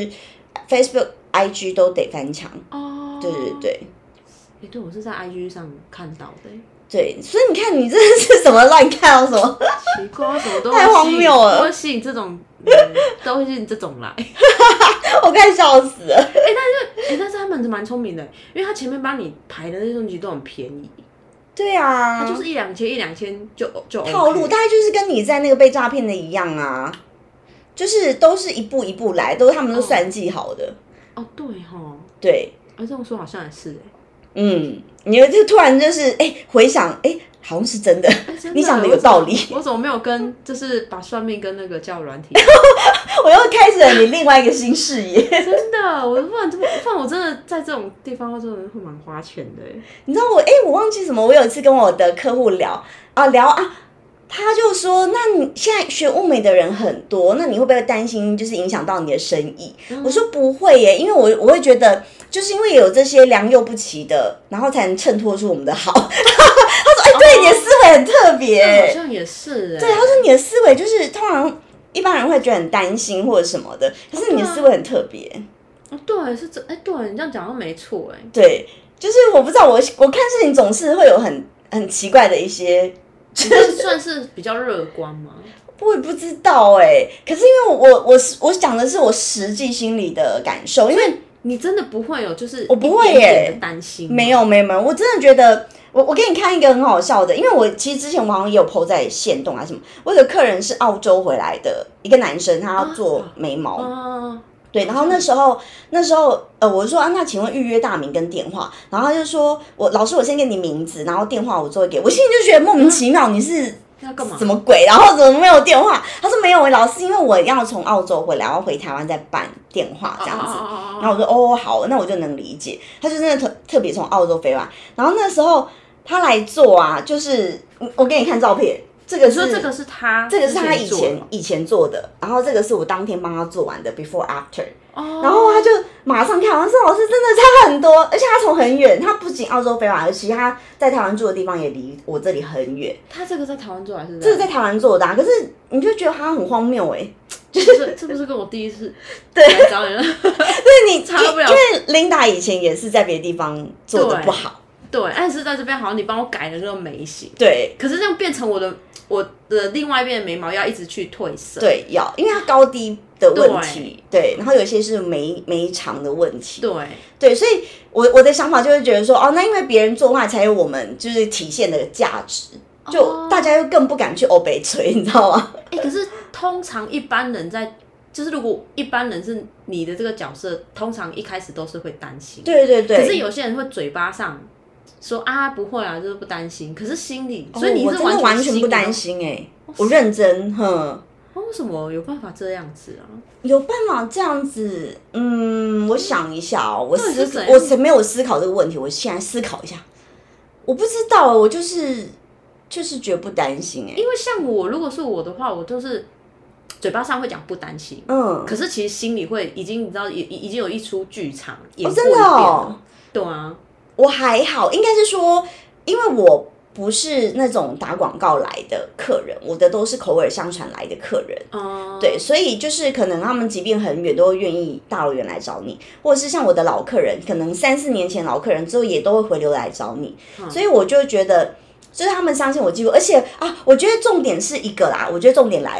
Facebook、I G 都得翻墙。哦，对对对。 哎、欸，对，我是在 I G 上看到的。 对，所以你看，你真的是什么乱看到什么？ 奇怪，什么都太荒谬了， 都会吸引这种，嗯、都会吸引这种来。 我快笑死了。 哎、欸，但是，哎、欸，但是他们蛮聪明的，因为他前面帮你排的那些东西都很便宜。 对啊， 他就是一两千，一两千就就、OK、 套路，大概就是跟你在那个被诈骗的一样啊，就是都是一步一步来，都是他们都算计好的。 哦，对哈， 对， 啊，这种说好像也是哎、欸。 嗯，你就突然就是哎、欸、回想哎、欸，好像是真的，欸、真的你讲的有道理。 我怎么没有跟就是把算命跟那个交友软体？ 我又开始了你另外一个新视野。 真的，我不然不然我真的在这种地方，真的会蛮花钱的。 你知道我哎、欸，我忘记什么，我有一次跟我的客户聊啊聊啊。他就说：“那你现在学物美的人很多，那你会不会担心就是影响到你的生意？”嗯、我说：“不会耶，因为我我会觉得，就是因为有这些良莠不齐的，然后才能衬托出我们的好。”他说：“哎、欸，对，哦、你的思维很特别。” 好像也是。 对，他说你的思维就是通常一般人会觉得很担心或者什么的，可是你的思维很特别。 哦，对，是这哎，对你这样讲都没错哎。 对，就是我不知道，我我看事情总是会有很很奇怪的一些。 这算是比较乐观吗？ 我也不知道哎、欸，可是因为我我我讲的是我实际心里的感受，因为你真的不会有就是我不会耶、 欸，担心没有没有没有，我真的觉得我我给你看一个很好笑的，因为我其实之前我好像也有 po 在限动啊什么，我有个客人是澳洲回来的一个男生，他要做眉毛。啊啊对，然后那时候那时候呃，我就说啊，那请问预约大名跟电话，然后他就说我老师我先给你名字，然后电话我做给，我心里就觉得莫名其妙，你是要干嘛？ 什么鬼？然后怎么没有电话？他说没有，老师因为我要从澳洲回来，然后回台湾再办电话这样子。然后我说哦好，那我就能理解。他就真的特特别从澳洲飞来，然后那时候他来做啊，就是我给你看照片。这个是这个是他， 这个是他以前以前做的，然后这个是我当天帮他做完的 before after，、哦、然后他就马上看完说老师真的差很多，而且他从很远，他不仅澳洲飞来，而且他在台湾住的地方也离我这里很远。 他这个在台湾做还是？ 这个在台湾做的、啊，可是你就觉得他很荒谬哎、欸， 就是这不是跟我第一次对来找你了？ 对你差不了， 因为 Linda 以前也是在别的地方做的不好。 对，但是在这边好像你帮我改了那个眉形， 对， 可是这样变成我的我的另外一边的眉毛要一直去褪色， 对，要，因为它高低的问题，对，对然后有些是眉眉长的问题， 对， 对，所以我我的想法就会觉得说，哦，那因为别人做的话才有我们就是体现的价值，就大家又更不敢去欧北吹，你知道吗？ 哎、欸，可是通常一般人在。就是如果一般人是你的这个角色，通常一开始都是会担心， 对对对。 可是有些人会嘴巴上说啊不会啊，就是不担心，可是心里，所以你是完全、 哦、我真的完全不担心哎、欸，哦、我认真，哼。 为什么有办法这样子啊？ 有办法这样子，嗯，我想一下哦，我思我才没有思考这个问题，我现在思考一下，我不知道，我就是就是觉得不担心哎、欸， 因为像我，如果是我的话，我都是。嘴巴上会讲不担心，嗯，可是其实心里会已经你知道，已已经有一出剧场演过一遍了、哦哦、对啊， 我还好，应该是说，因为我不是那种打广告来的客人，我的都是口耳相传来的客人，嗯，对，所以就是可能他们即便很远，都会愿意大老远来找你，或者是像我的老客人，可能三四年前老客人之后也都会回流来找你，嗯、所以我就觉得。就是他们相信我技术，而且啊，我觉得重点是一个啦，我觉得重点来了，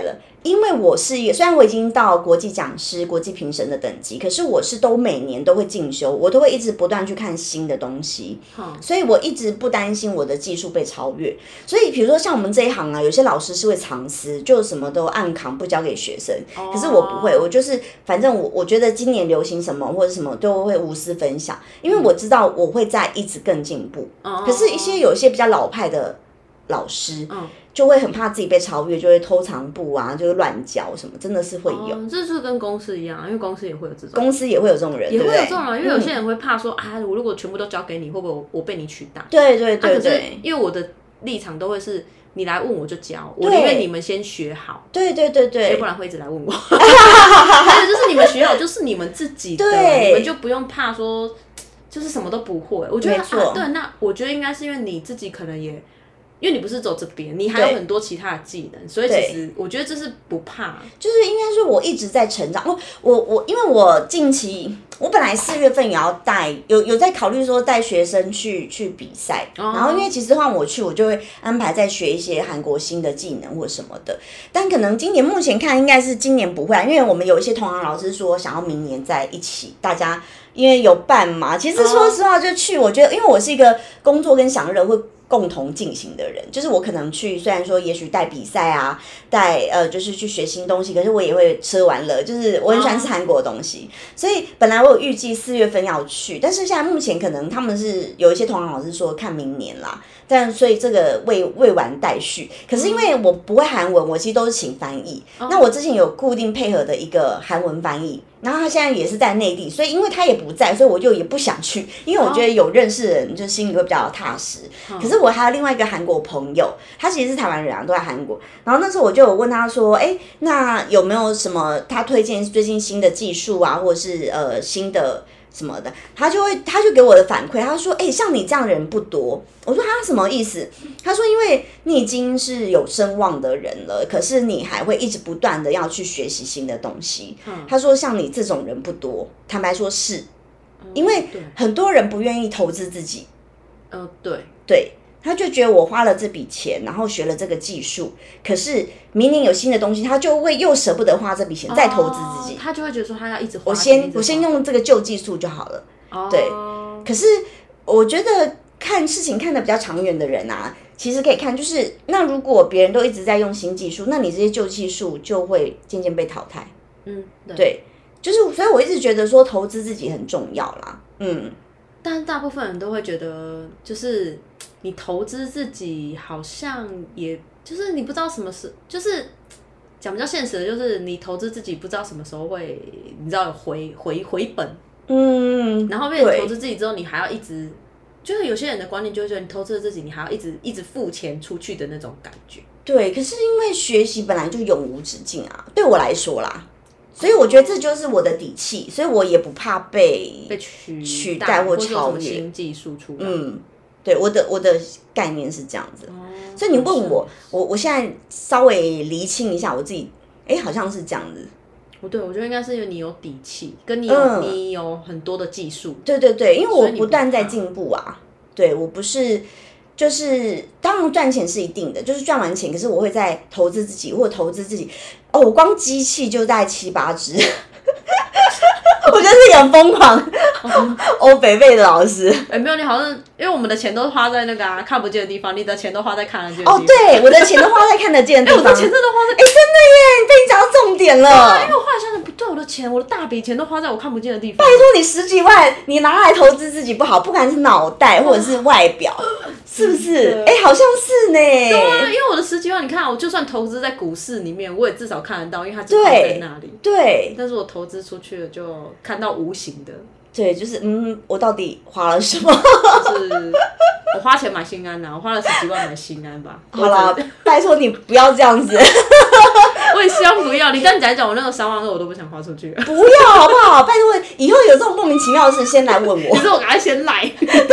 因为我是一个，虽然我已经到国际讲师、国际评审的等级，可是我是都每年都会进修，我都会一直不断去看新的东西，嗯、所以我一直不担心我的技术被超越。所以比如说像我们这一行啊，有些老师是会藏私，就什么都暗扛不交给学生，哦、可是我不会，我就是反正我我觉得今年流行什么或者什么都会无私分享，因为我知道我会在一直更进步。嗯、可是一些有一些比较老派的老师，嗯。就会很怕自己被超越，就会偷藏步啊，就会乱教什么，真的是会有。 哦、这是跟公司一样，因为公司也会有这种， 公司也会有这种人， 也会有这种人，因为有些人会怕说、嗯、啊，我如果全部都交给你，会不会 我, 我被你取代？ 对对对对、 啊，因为我的立场都会是你来问我就教，我宁愿你们先学好。 对对对对， 要不然会一直来问我。还有就是你们学好就是你们自己的，你们就不用怕说就是什么都不会。我觉得啊，对，那我觉得应该是因为你自己可能也。因为你不是走这边，你还有很多其他的技能，所以其实我觉得这是不怕。 就是应该说，我一直在成长。我我我，因为我近期我本来四月份也要带，有有在考虑说带学生去去比赛，哦、然后因为其实换我去，我就会安排再学一些韩国新的技能或什么的。但可能今年目前看应该是今年不会，因为我们有一些同行老师说想要明年在一起，大家因为有伴嘛。其实说实话，就去我觉得，因为我是一个工作跟享乐会共同进行的人，就是我可能去，虽然说也许带比赛啊，带呃就是去学新东西，可是我也会吃玩乐，就是我很喜欢吃韩国的东西，所以本来我有预计四月份要去，但是现在目前可能他们是有一些同行老师说看明年啦，但所以这个未未完待续。可是因为我不会韩文，我其实都是请翻译，那我之前有固定配合的一个韩文翻译。然后他现在也是在内地，所以因为他也不在，所以我就也不想去，因为我觉得有认识的人，就心里会比较踏实。Oh. 可是我还有另外一个韩国朋友，他其实是台湾人啊，都在韩国。然后那时候我就有问他说，哎，那有没有什么他推荐最近新的技术啊，或者是呃新的什么的？他就会他就给我的反馈，他说，哎，像你这样的人不多。我说他什么意思？他说因为你已经是有声望的人了，可是你还会一直不断的要去学习新的东西。嗯、他说像你这种人不多，坦白说是，嗯、因为很多人不愿意投资自己。 呃，对对，他就觉得我花了这笔钱，然后学了这个技术，可是明年有新的东西，他就会又舍不得花这笔钱、哦、再投资自己。 他就会觉得说他要一直花， 我先我先用这个旧技术就好了。哦、对，可是我觉得。看事情看得比较长远的人啊，其实可以看，就是那如果别人都一直在用新技术，那你这些旧技术就会渐渐被淘汰。嗯，对，对，就是所以我一直觉得说投资自己很重要啦。嗯， 但是大部分人都会觉得，就是你投资自己好像也就是你不知道什么时，就是讲比较现实的，就是你投资自己不知道什么时候会，你知道有回回回本。嗯，然后变成投资自己之后，你还要一直。就是有些人的观念就是觉得你投资了自己，你还要一直一直付钱出去的那种感觉。 对，可是因为学习本来就永无止境啊，对我来说啦，所以我觉得这就是我的底气，所以我也不怕被被取取代或超越新技术出来。 嗯，对，我的我的概念是这样子。哦、所以你问我，我我现在稍微厘清一下我自己，哎，好像是这样子。 不对，我觉得应该是因为你有底气，跟你有、嗯、你有很多的技术。 对对对，因为我不断在进步啊。对，我不是，就是当然赚钱是一定的，就是赚完钱，可是我会在投资自己或者投资自己。哦，我光机器就大概七八只。我觉得是很疯狂，欧北贝的老师。 哎、欸，没有，你好像因为我们的钱都花在那个、啊、看不见的地方，你的钱都花在看得见的地方。 哦，对，我的钱都花在看得见的地方。 哎、欸，我的钱真的花在…… 哎、欸，真的耶，被你讲到重点了。 啊、因为我后来想想，不对，我的钱，我的大笔钱都花在我看不见的地方。 拜托你十几万，你拿来投资自己不好，不管是脑袋或者是外表，是不是？哎、欸，好像是呢。 对啊，因为我的十几万，你看，我就算投资在股市里面，我也至少看得到，因为它就放在那里。 对。 但是我投资出去了，就看到无形的。 对，就是嗯，我到底花了什么？ 就是我花钱买心安呐、啊，我花了十几万买心安吧。 好啦，拜托你不要这样子。 我也希望不要，你这样讲一讲，我那个三万二我都不想花出去。 不要好不好？拜托，以后有这种莫名其妙的事，先来问我。 可是我赶快先来。对，我觉得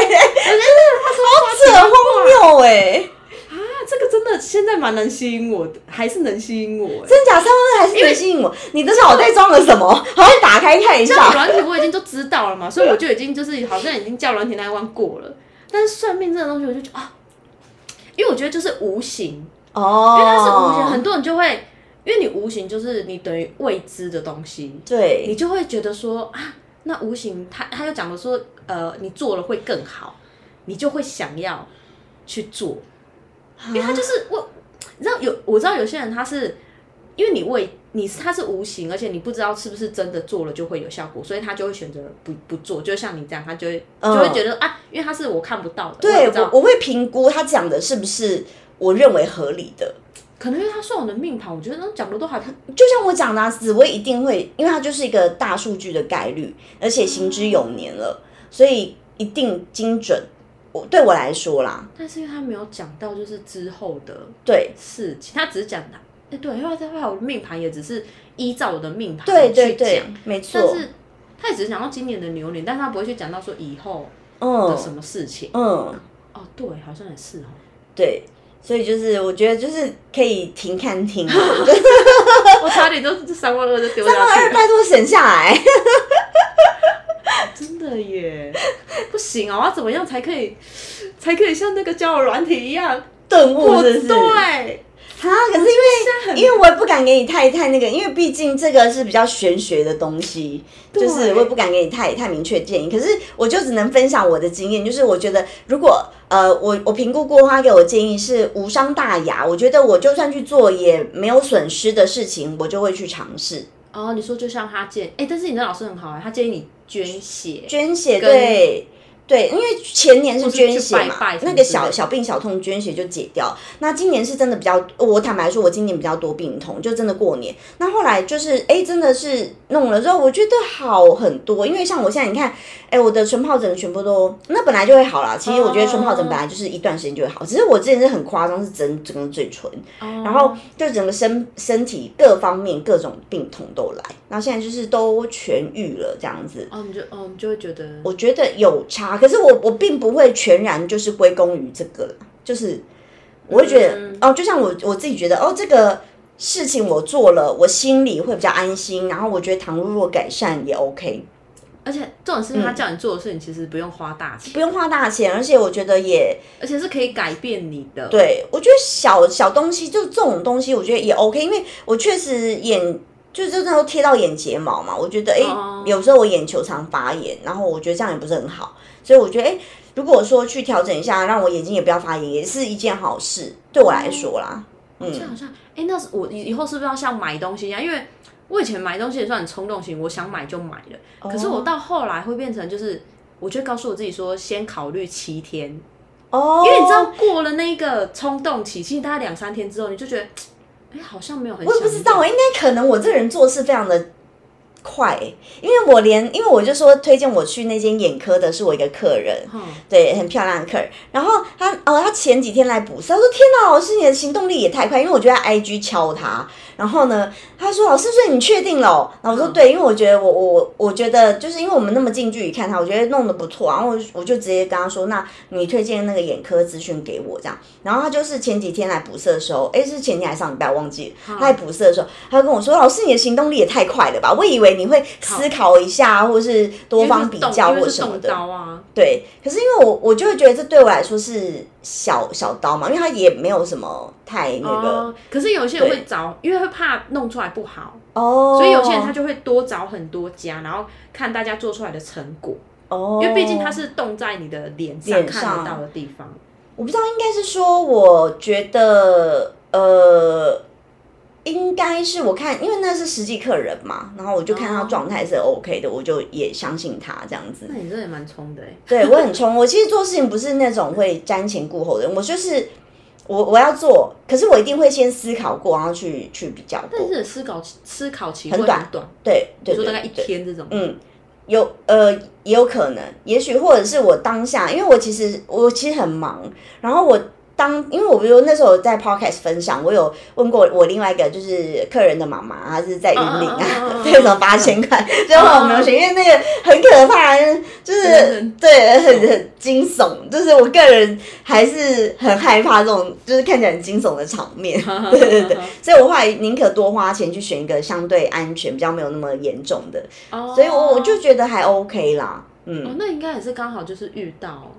好扯荒谬哎。 这个真的现在蛮能吸引我的，还是能吸引我、欸。 真假三万二还是能吸引我？你的脑袋装了什么？好像打开看一下。 软体我已经都知道了嘛，所以我就已经就是好像已经叫软体那一关过了。但是算命这个东西，我就觉得啊，因为我觉得就是无形哦，因为它是无形，很多人就会因为你无形就是你等于未知的东西， 对， 你就会觉得说啊，那无形他他又讲的说，呃，你做了会更好，你就会想要去做，因为他就是我，你知道有我知道有些人他是因为你未你他是无形，而且你不知道是不是真的做了就会有效果，所以他就会选择不不做，就像你这样，他就会就会觉得、嗯、啊，因为他是我看不到的， 对， 我我我会评估他讲的是不是我认为合理的。 可能因为他算我的命盘，我觉得那讲的都还不， 就像我讲的、啊，紫微一定会，因为它就是一个大数据的概率，而且行之有年了，嗯、所以一定精准。我对我来说啦， 但是因为他没有讲到就是之后的对事情，他只是讲他，哎、欸，对，因为他我的命盘也只是依照我的命盘对对对，没错。 但是他也只是讲到今年的牛年，但是他不会去讲到说以后的什么事情。嗯，嗯哦，对，好像也是哦。 对。所以就是我觉得就是可以停看听， 我差点就这三万二就丢下去了。三万二拜托省下来， 真的耶，不行啊！我要怎么样才可以才可以像那个交友软体一样顿悟？是不是？ 对。 啊，可是因为因为我也不敢给你太太那个，因为毕竟这个是比较玄学的东西，就是我也不敢给你太太明确建议。可是我就只能分享我的经验，就是我觉得如果呃我我评估过，他给我建议是无伤大雅，我觉得我就算去做也没有损失的事情，我就会去尝试。 哦，你说就像他建，哎、欸，但是你的老师很好哎、欸，他建议你捐血， 捐血对。对，因为前年是捐血嘛，拜拜那个小小病小痛捐血就解掉。那今年是真的比较，我坦白说，我今年比较多病痛，就真的过年。那后来就是，哎，真的是弄了之后，我觉得好很多。因为像我现在，你看，哎，我的荨疱疹全部都，那本来就会好啦。其实我觉得荨疱疹本来就是一段时间就会好，只是我之前是很夸张，是整整个嘴唇，然后就整个身身体各方面各种病痛都来。然后现在就是都痊愈了，这样子。 哦，你就哦，你就会觉得， 我觉得有差。可是我我并不会全然就是归功于这个了，就是我会觉得、嗯、哦，就像我我自己觉得哦，这个事情我做了，我心里会比较安心，然后我觉得倘若改善也 OK。 而且这种事情他叫你做的事情，其实不用花大钱， 不用花大钱，而且我觉得也， 而且是可以改变你的。 对，我觉得小小东西就这种东西，我觉得也 OK， 因为我确实眼。就真的都贴到眼睫毛嘛，我觉得哎、欸 oh. 有时候我眼球常发炎，然后我觉得这样也不是很好，所以我觉得哎、欸，如果说去调整一下，让我眼睛也不要发炎，也是一件好事，对我来说啦。 嗯，这好像哎、欸，那是我以后是不是要像买东西一样？因为我以前买东西也算很冲动型，我想买就买了。Oh. 可是我到后来会变成就是，我就告诉我自己说，先考虑七天。哦、oh. 因为你知道过了那个冲动期，其实大概两三天之后，你就觉得。哎、欸，好像没有很。 我也不知道，应该可能我这个人做事非常的快、欸，因为我连，因为我就说推荐我去那间眼科的是我一个客人，嗯、对，很漂亮的客人。然后他哦，他前几天来补色，他说：“天哪，老师你的行动力也太快！”因为我就在 I G 敲他，然后呢，他说：“老师，所以你确定了、喔？”然后我说：“对，因为我觉得我我我觉得就是因为我们那么近距离看他，我觉得弄得不错。”然后我我就直接跟他说：“那你推荐那个眼科资讯给我这样。”然后他就是前几天来补色的时候，哎，是前天还是上礼拜我忘记了。嗯、他来补色的时候，他就跟我说：“老师，你的行动力也太快了吧！我以为你会思考一下，或是多方比较或什么的。” 啊、 对，可是因为我我就会觉得这对我来说是小小刀嘛，因为他也没有什么太那个。 哦、可是有些人会找，因为会怕弄出来不好，哦，所以有些人他就会多找很多家，然后看大家做出来的成果。哦，因为毕竟它是动在你的脸上看得到的地方。 我不知道，应该是说，我觉得，呃，应该是我看，因为那是实际客人嘛，然后我就看他状态是 OK 的，我就也相信他这样子。 那你真的也蛮冲的哎。 对，我很冲。我其实做事情不是那种会瞻前顾后的人，我就是我我要做，可是我一定会先思考过，然后去去比较过。 但是思考思考期很短， 短， 对对， 比如说大概一天这种， 嗯。有呃也有可能，也许或者是我当下，因为我其实我其实很忙，然后我当因为我比如那时候在 podcast 分享，我有问过我另外一个就是客人的妈妈，她是在云林啊，对，什么八千块，最后我没有选，因为那个很可怕，就是对很很惊悚，就是我个人还是很害怕这种就是看起来很惊悚的场面，对对对，所以我后来宁可多花钱去选一个相对安全、比较没有那么严重的，所以我我就觉得还 OK 啦，嗯， 哦，那应该也是刚好就是遇到。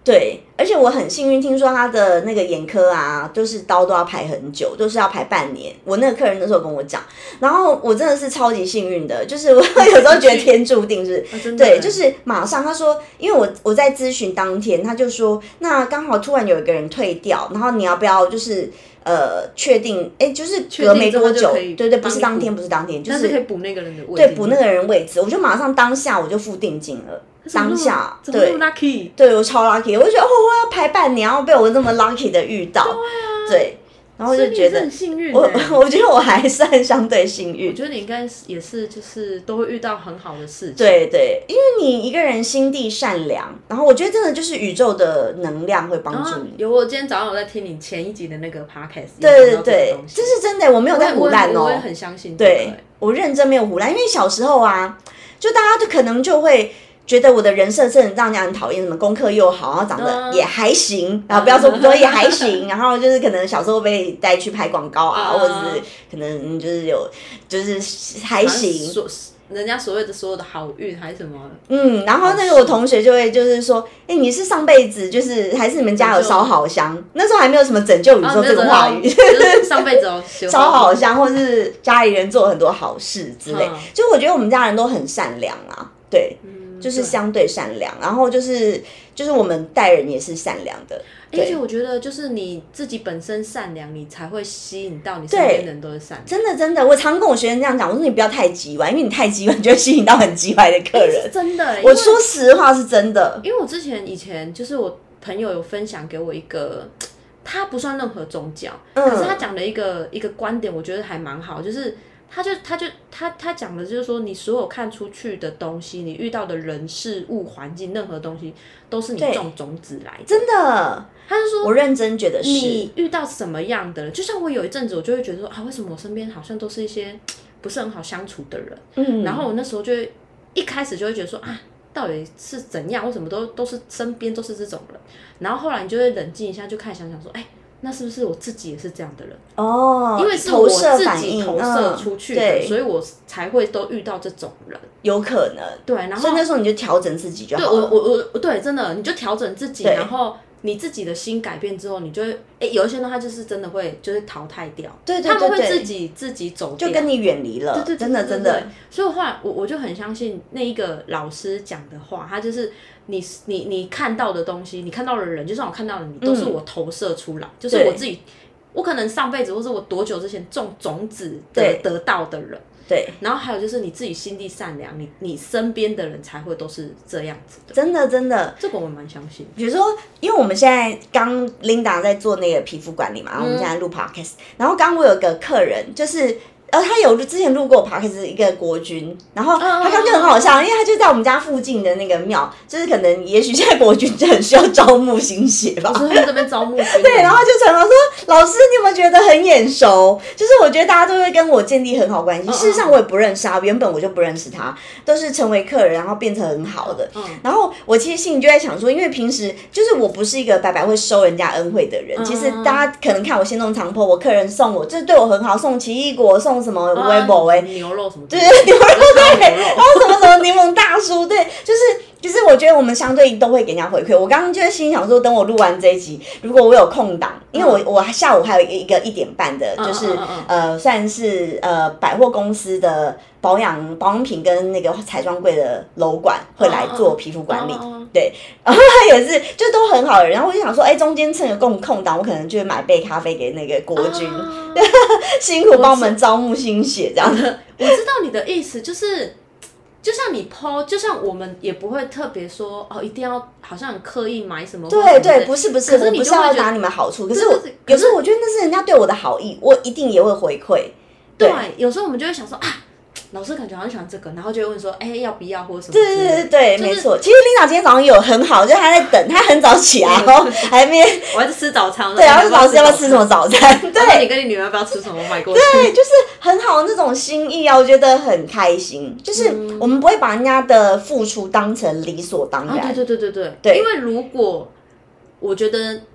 对，而且我很幸运，听说他的那个眼科啊，就是刀都要排很久，都是要排半年。我那个客人那时候跟我讲，然后我真的是超级幸运的，就是我有时候觉得天注定是， 啊、真的对，就是马上他说，因为我我在咨询当天，他就说，那刚好突然有一个人退掉，然后你要不要就是呃确定，哎，就是隔没多久，对对，不是当天，不是当天，就是可以补那个人的位置， 对，补那个人位置，我就马上当下我就付定金了。当下对 lucky， 对我超 lucky， 我就觉得哦，我要排半年，然后被我这么 lucky 的遇到， 对啊， 对，然后就觉得很幸运、欸。 我我觉得我还算相对幸运。 我觉得你应该也是，就是都会遇到很好的事情。 对对，因为你一个人心地善良，然后我觉得真的就是宇宙的能量会帮助你。 啊、有，我今天早上有在听你前一集的那个 podcast， 对对对，这是真的，我没有在胡乱哦， 我也很相信、 这个。对，我认真没有胡乱，因为小时候啊，就大家就可能就会。觉得我的人设是很让人家很讨厌，什么功课又好，然后长得也还行，然后不要说不多也还行，然后就是可能小时候被带去拍广告啊，或者是可能就是有就是还行。 人家所谓的所有的好运还是什么？ 嗯，然后那个我同学就会就是说，哎、欸，你是上辈子就是还是你们家有烧好香？那时候还没有什么拯救宇宙这个话语， 就是上辈子有烧好香，或是家里人做很多好事之类。嗯、就我觉得我们家人都很善良啊，对。嗯就是相对善良，然后就是就是我们待人也是善良的， 而且我觉得就是你自己本身善良，你才会吸引到你身边的人都是善良。 真的真的，我常跟我学生这样讲，我说你不要太叽歪，因为你太叽歪，你就会吸引到很叽歪的客人。 真的， 我说实话是真的， 因为我之前以前就是我朋友有分享给我一个，他不算任何宗教，嗯、可是他讲的一个一个观点，我觉得还蛮好，就是。他就他就他他讲的就是说，你所有看出去的东西，你遇到的人事物环境，任何东西都是你种种子来的。 真的， 他就说， 我认真觉得是。 你遇到什么样的人，就像我有一阵子，我就会觉得说啊，为什么我身边好像都是一些不是很好相处的人？嗯，然后我那时候就会一开始就会觉得说啊，到底是怎样？为什么都都是身边都是这种人？然后后来你就会冷静一下，就开始想想说，哎、欸。那是不是我自己也是这样的人哦？ 因为是我自己投射出去的，嗯、所以我才会都遇到这种人。 有可能， 对，然后所以那时候你就调整自己就好了。 对，我我我对，真的，你就调整自己，然后你自己的心改变之后，你就会，哎，有一些人他就是真的会就是淘汰掉， 对对对对， 他们会自己自己走掉， 就跟你远离了， 对对， 真的真的。 所以后来我我就很相信那一个老师讲的话，他就是你你你看到的东西，你看到的人，就算我看到的你，都是我投射出来，嗯、就是我自己。我可能上辈子，或是我多久之前种种子得得到的人， 对。 然后还有就是你自己心地善良，你你身边的人才会都是这样子的。 真的真的， 这个我蛮相信。 比如说，因为我们现在刚 Linda 在做那个皮肤管理嘛，然后我们现在录 Podcast，、嗯、然后刚我有个客人就是。呃，他有之前路过 Podcast 一个国军，然后他刚就很好笑，因为他就在我们家附近的那个庙，就是可能也许现在国军就很需要招募新血吧。 我说他们这边招募新血。 对，然后就传了说，老师你有没有觉得很眼熟？就是我觉得大家都会跟我建立很好关系。事实上我也不认识他，原本我就不认识他，都是成为客人，然后变成很好的。嗯、然后我其实心里就在想说，因为平时就是我不是一个白白会收人家恩惠的人。嗯、其实大家可能看我先动长坡，我客人送我，就是对我很好，送奇异果，送什么微博。 牛肉什么？ 对对，牛肉对，然后什么什么柠檬大叔，对，就是就是，我觉得我们相对都会给人家回馈。我刚刚就是心想说，等我录完这一集，如果我有空档，因为我、嗯、我下午还有一个一点半的，就是、嗯嗯嗯嗯、呃，算是呃百货公司的保养保养品跟那个彩妆柜的楼管会来做皮肤管理，嗯嗯嗯对，然后他也是就都很好的人。然后我就想说，哎、欸，中间趁有空空档，我可能就会买杯咖啡给那个国军，嗯、辛苦帮我们招募新血这样。 我知道你的意思，就是就像你 po， 就像我们也不会特别说哦，一定要好像很刻意买什么。 对对，不是不是， 可是你不是要拿你们好处，可是我有时候我觉得那是人家对我的好意，我一定也会回馈。 对，有时候我们就会想说啊。老师感觉好像喜欢这个，然后就会问说，哎、欸，要不要或者什么？ 对对对对，就是、没错。其实琳达今天早上有很好，就是他在等，他很早起来，然后还没。 我还在吃早餐。 对，然后老师要不要吃什么早餐？对， 你跟你女儿要不要吃什么？买过去。 对，就是很好那种心意啊，我觉得很开心。就是我们不会把人家的付出当成理所当然。 啊、对对对对对。对，因为如果我觉得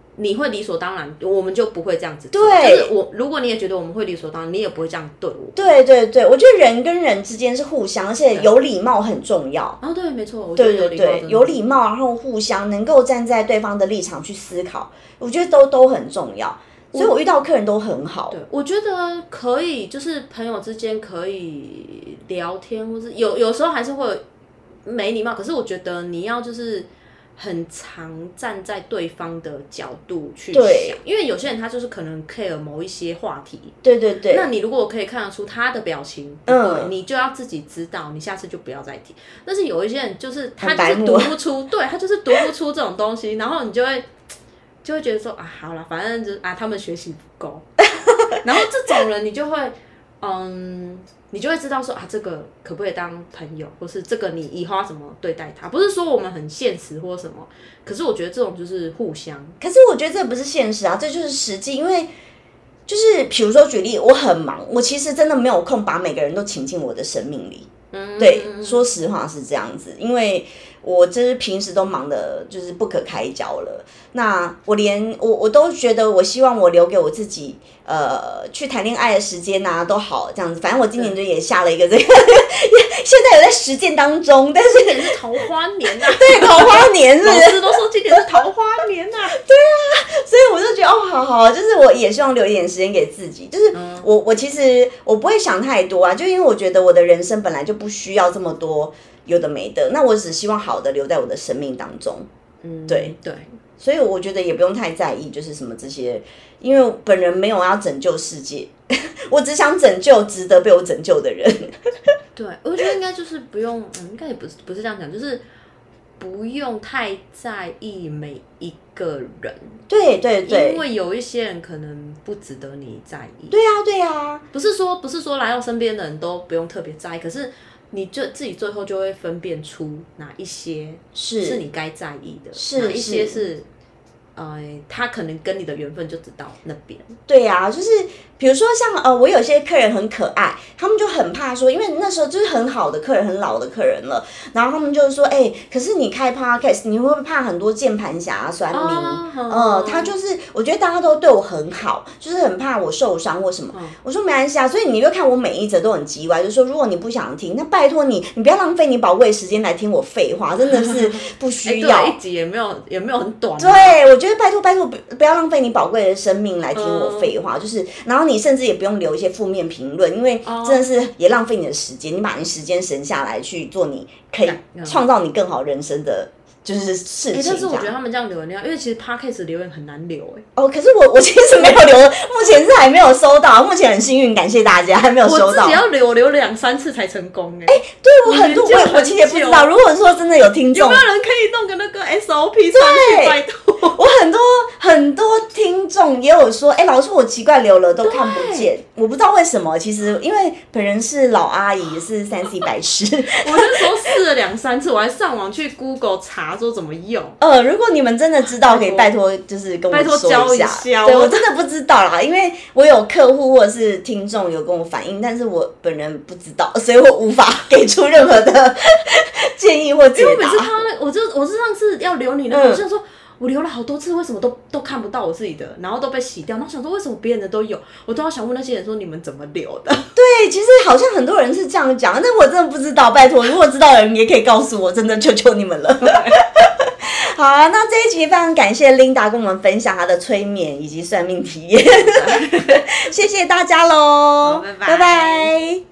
你会理所当然，我们就不会这样子做。 对， 就是我，如果你也觉得我们会理所当然，你也不会这样对我。 对对对，我觉得人跟人之间是互相，而且有礼貌很重要。 哦，对，没错，我觉得有礼貌， 对对对，有礼貌，然后互相能够站在对方的立场去思考，我觉得都都很重要。所以我遇到客人都很好。 对，我觉得可以，就是朋友之间可以聊天，或是有有时候还是会有没礼貌，可是我觉得你要就是很常站在对方的角度去想，因为有些人他就是可能 care 某一些话题， 对对对， 那你如果可以看得出他的表情不对，嗯，你就要自己知道，你下次就不要再提。但是有一些人就是他就是读不出，对他就是读不出这种东西，然后你就会就会觉得说啊，好了，反正就是啊，他们学习不够，然后这种人你就会嗯。你就会知道说啊，这个可不可以当朋友，或是这个你以后要怎么对待他？不是说我们很现实或什么，可是我觉得这种就是互相。 可是我觉得这不是现实啊，这就是实际。因为就是比如说举例，我很忙，我其实真的没有空把每个人都请进我的生命里。嗯，对，说实话是这样子，因为我就是平时都忙的，就是不可开交了。那我连我我都觉得，我希望我留给我自己，呃，去谈恋爱的时间啊，都好这样子。反正我今年就也下了一个这个，现在有在实践当中，但是今年是桃花年啊， 对，桃花年是不是？ 老师都说今年是桃花年啊， 对啊，所以我就觉得哦，好好，就是我也希望留一点时间给自己，就是我我其实我不会想太多啊，就因为我觉得我的人生本来就不需要这么多有的没的，那我只希望好的留在我的生命当中。嗯，对对， 所以我觉得也不用太在意，就是什么这些，因为本人没有要拯救世界，我只想拯救值得被我拯救的人。 对，我觉得应该就是不用，嗯，应该也不是不是这样讲，就是不用太在意每一个人。 对对对， 因为有一些人可能不值得你在意。 对啊对啊， 不是说不是说来到身边的人都不用特别在意，可是你就自己最后就会分辨出哪一些是是你该在意的， 是哪一些是呃他可能跟你的缘分就只到那边。 对啊，就是比如说像呃，我有些客人很可爱，他们就很怕说，因为那时候就是很好的客人，很老的客人了，然后他们就说，哎、欸，可是你开 podcast， 你会不会怕很多键盘侠、酸民？哦、呃，他就是我觉得大家都对我很好，就是很怕我受伤或什么。嗯、我说没关系啊，所以你就看我每一则都很叽歪，就说如果你不想听，那拜托你，你不要浪费你宝贵的时间来听我废话，真的是不需要。 欸、对，一集也没有也没有很短、啊。 对，我觉得拜托拜托不要浪费你宝贵的生命来听我废话，嗯、就是然后你甚至也不用留一些负面评论，因为真的是也浪费你的时间。你把你时间省下来去做你可以创造你更好人生的就是事情。 欸、但是我觉得他们这样留言，因为其实 podcast 留言很难留哎、 欸。哦，可是我我其实没有留，目前是还没有收到，目前很幸运，感谢大家还没有收到。 我自己要留留两三次才成功哎、 欸。哎、欸，对我很多我我其实也不知道。如果说真的有听众， 有没有人可以弄个那个 S O P 上去？拜托。 我很多很多听众也有说，哎、欸，老师我奇怪留了都看不见，我不知道为什么。其实因为本人是老阿姨，是三 C 白痴。 我那时候试了两三次，我还上网去 Google 查说怎么用。 呃，如果你们真的知道，可以拜托就是跟我说一下。 拜托教一下。 对，我真的不知道啦，因为我有客户或者是听众有跟我反映，但是我本人不知道，所以我无法给出任何的建议或解答。 因为每次看到那，我就我是上次要留你那个，嗯、我就说。我留了好多次，为什么都都看不到我自己的，然后都被洗掉？然后想说为什么别人的都有，我都要想问那些人说你们怎么留的？ 对，其实好像很多人是这样讲，但我真的不知道。拜托，如果知道的人也可以告诉我，真的求求你们了。好啊，那这一集非常感谢 Linda 跟我们分享她的催眠以及算命体验，谢谢大家喽， 拜拜。 拜拜。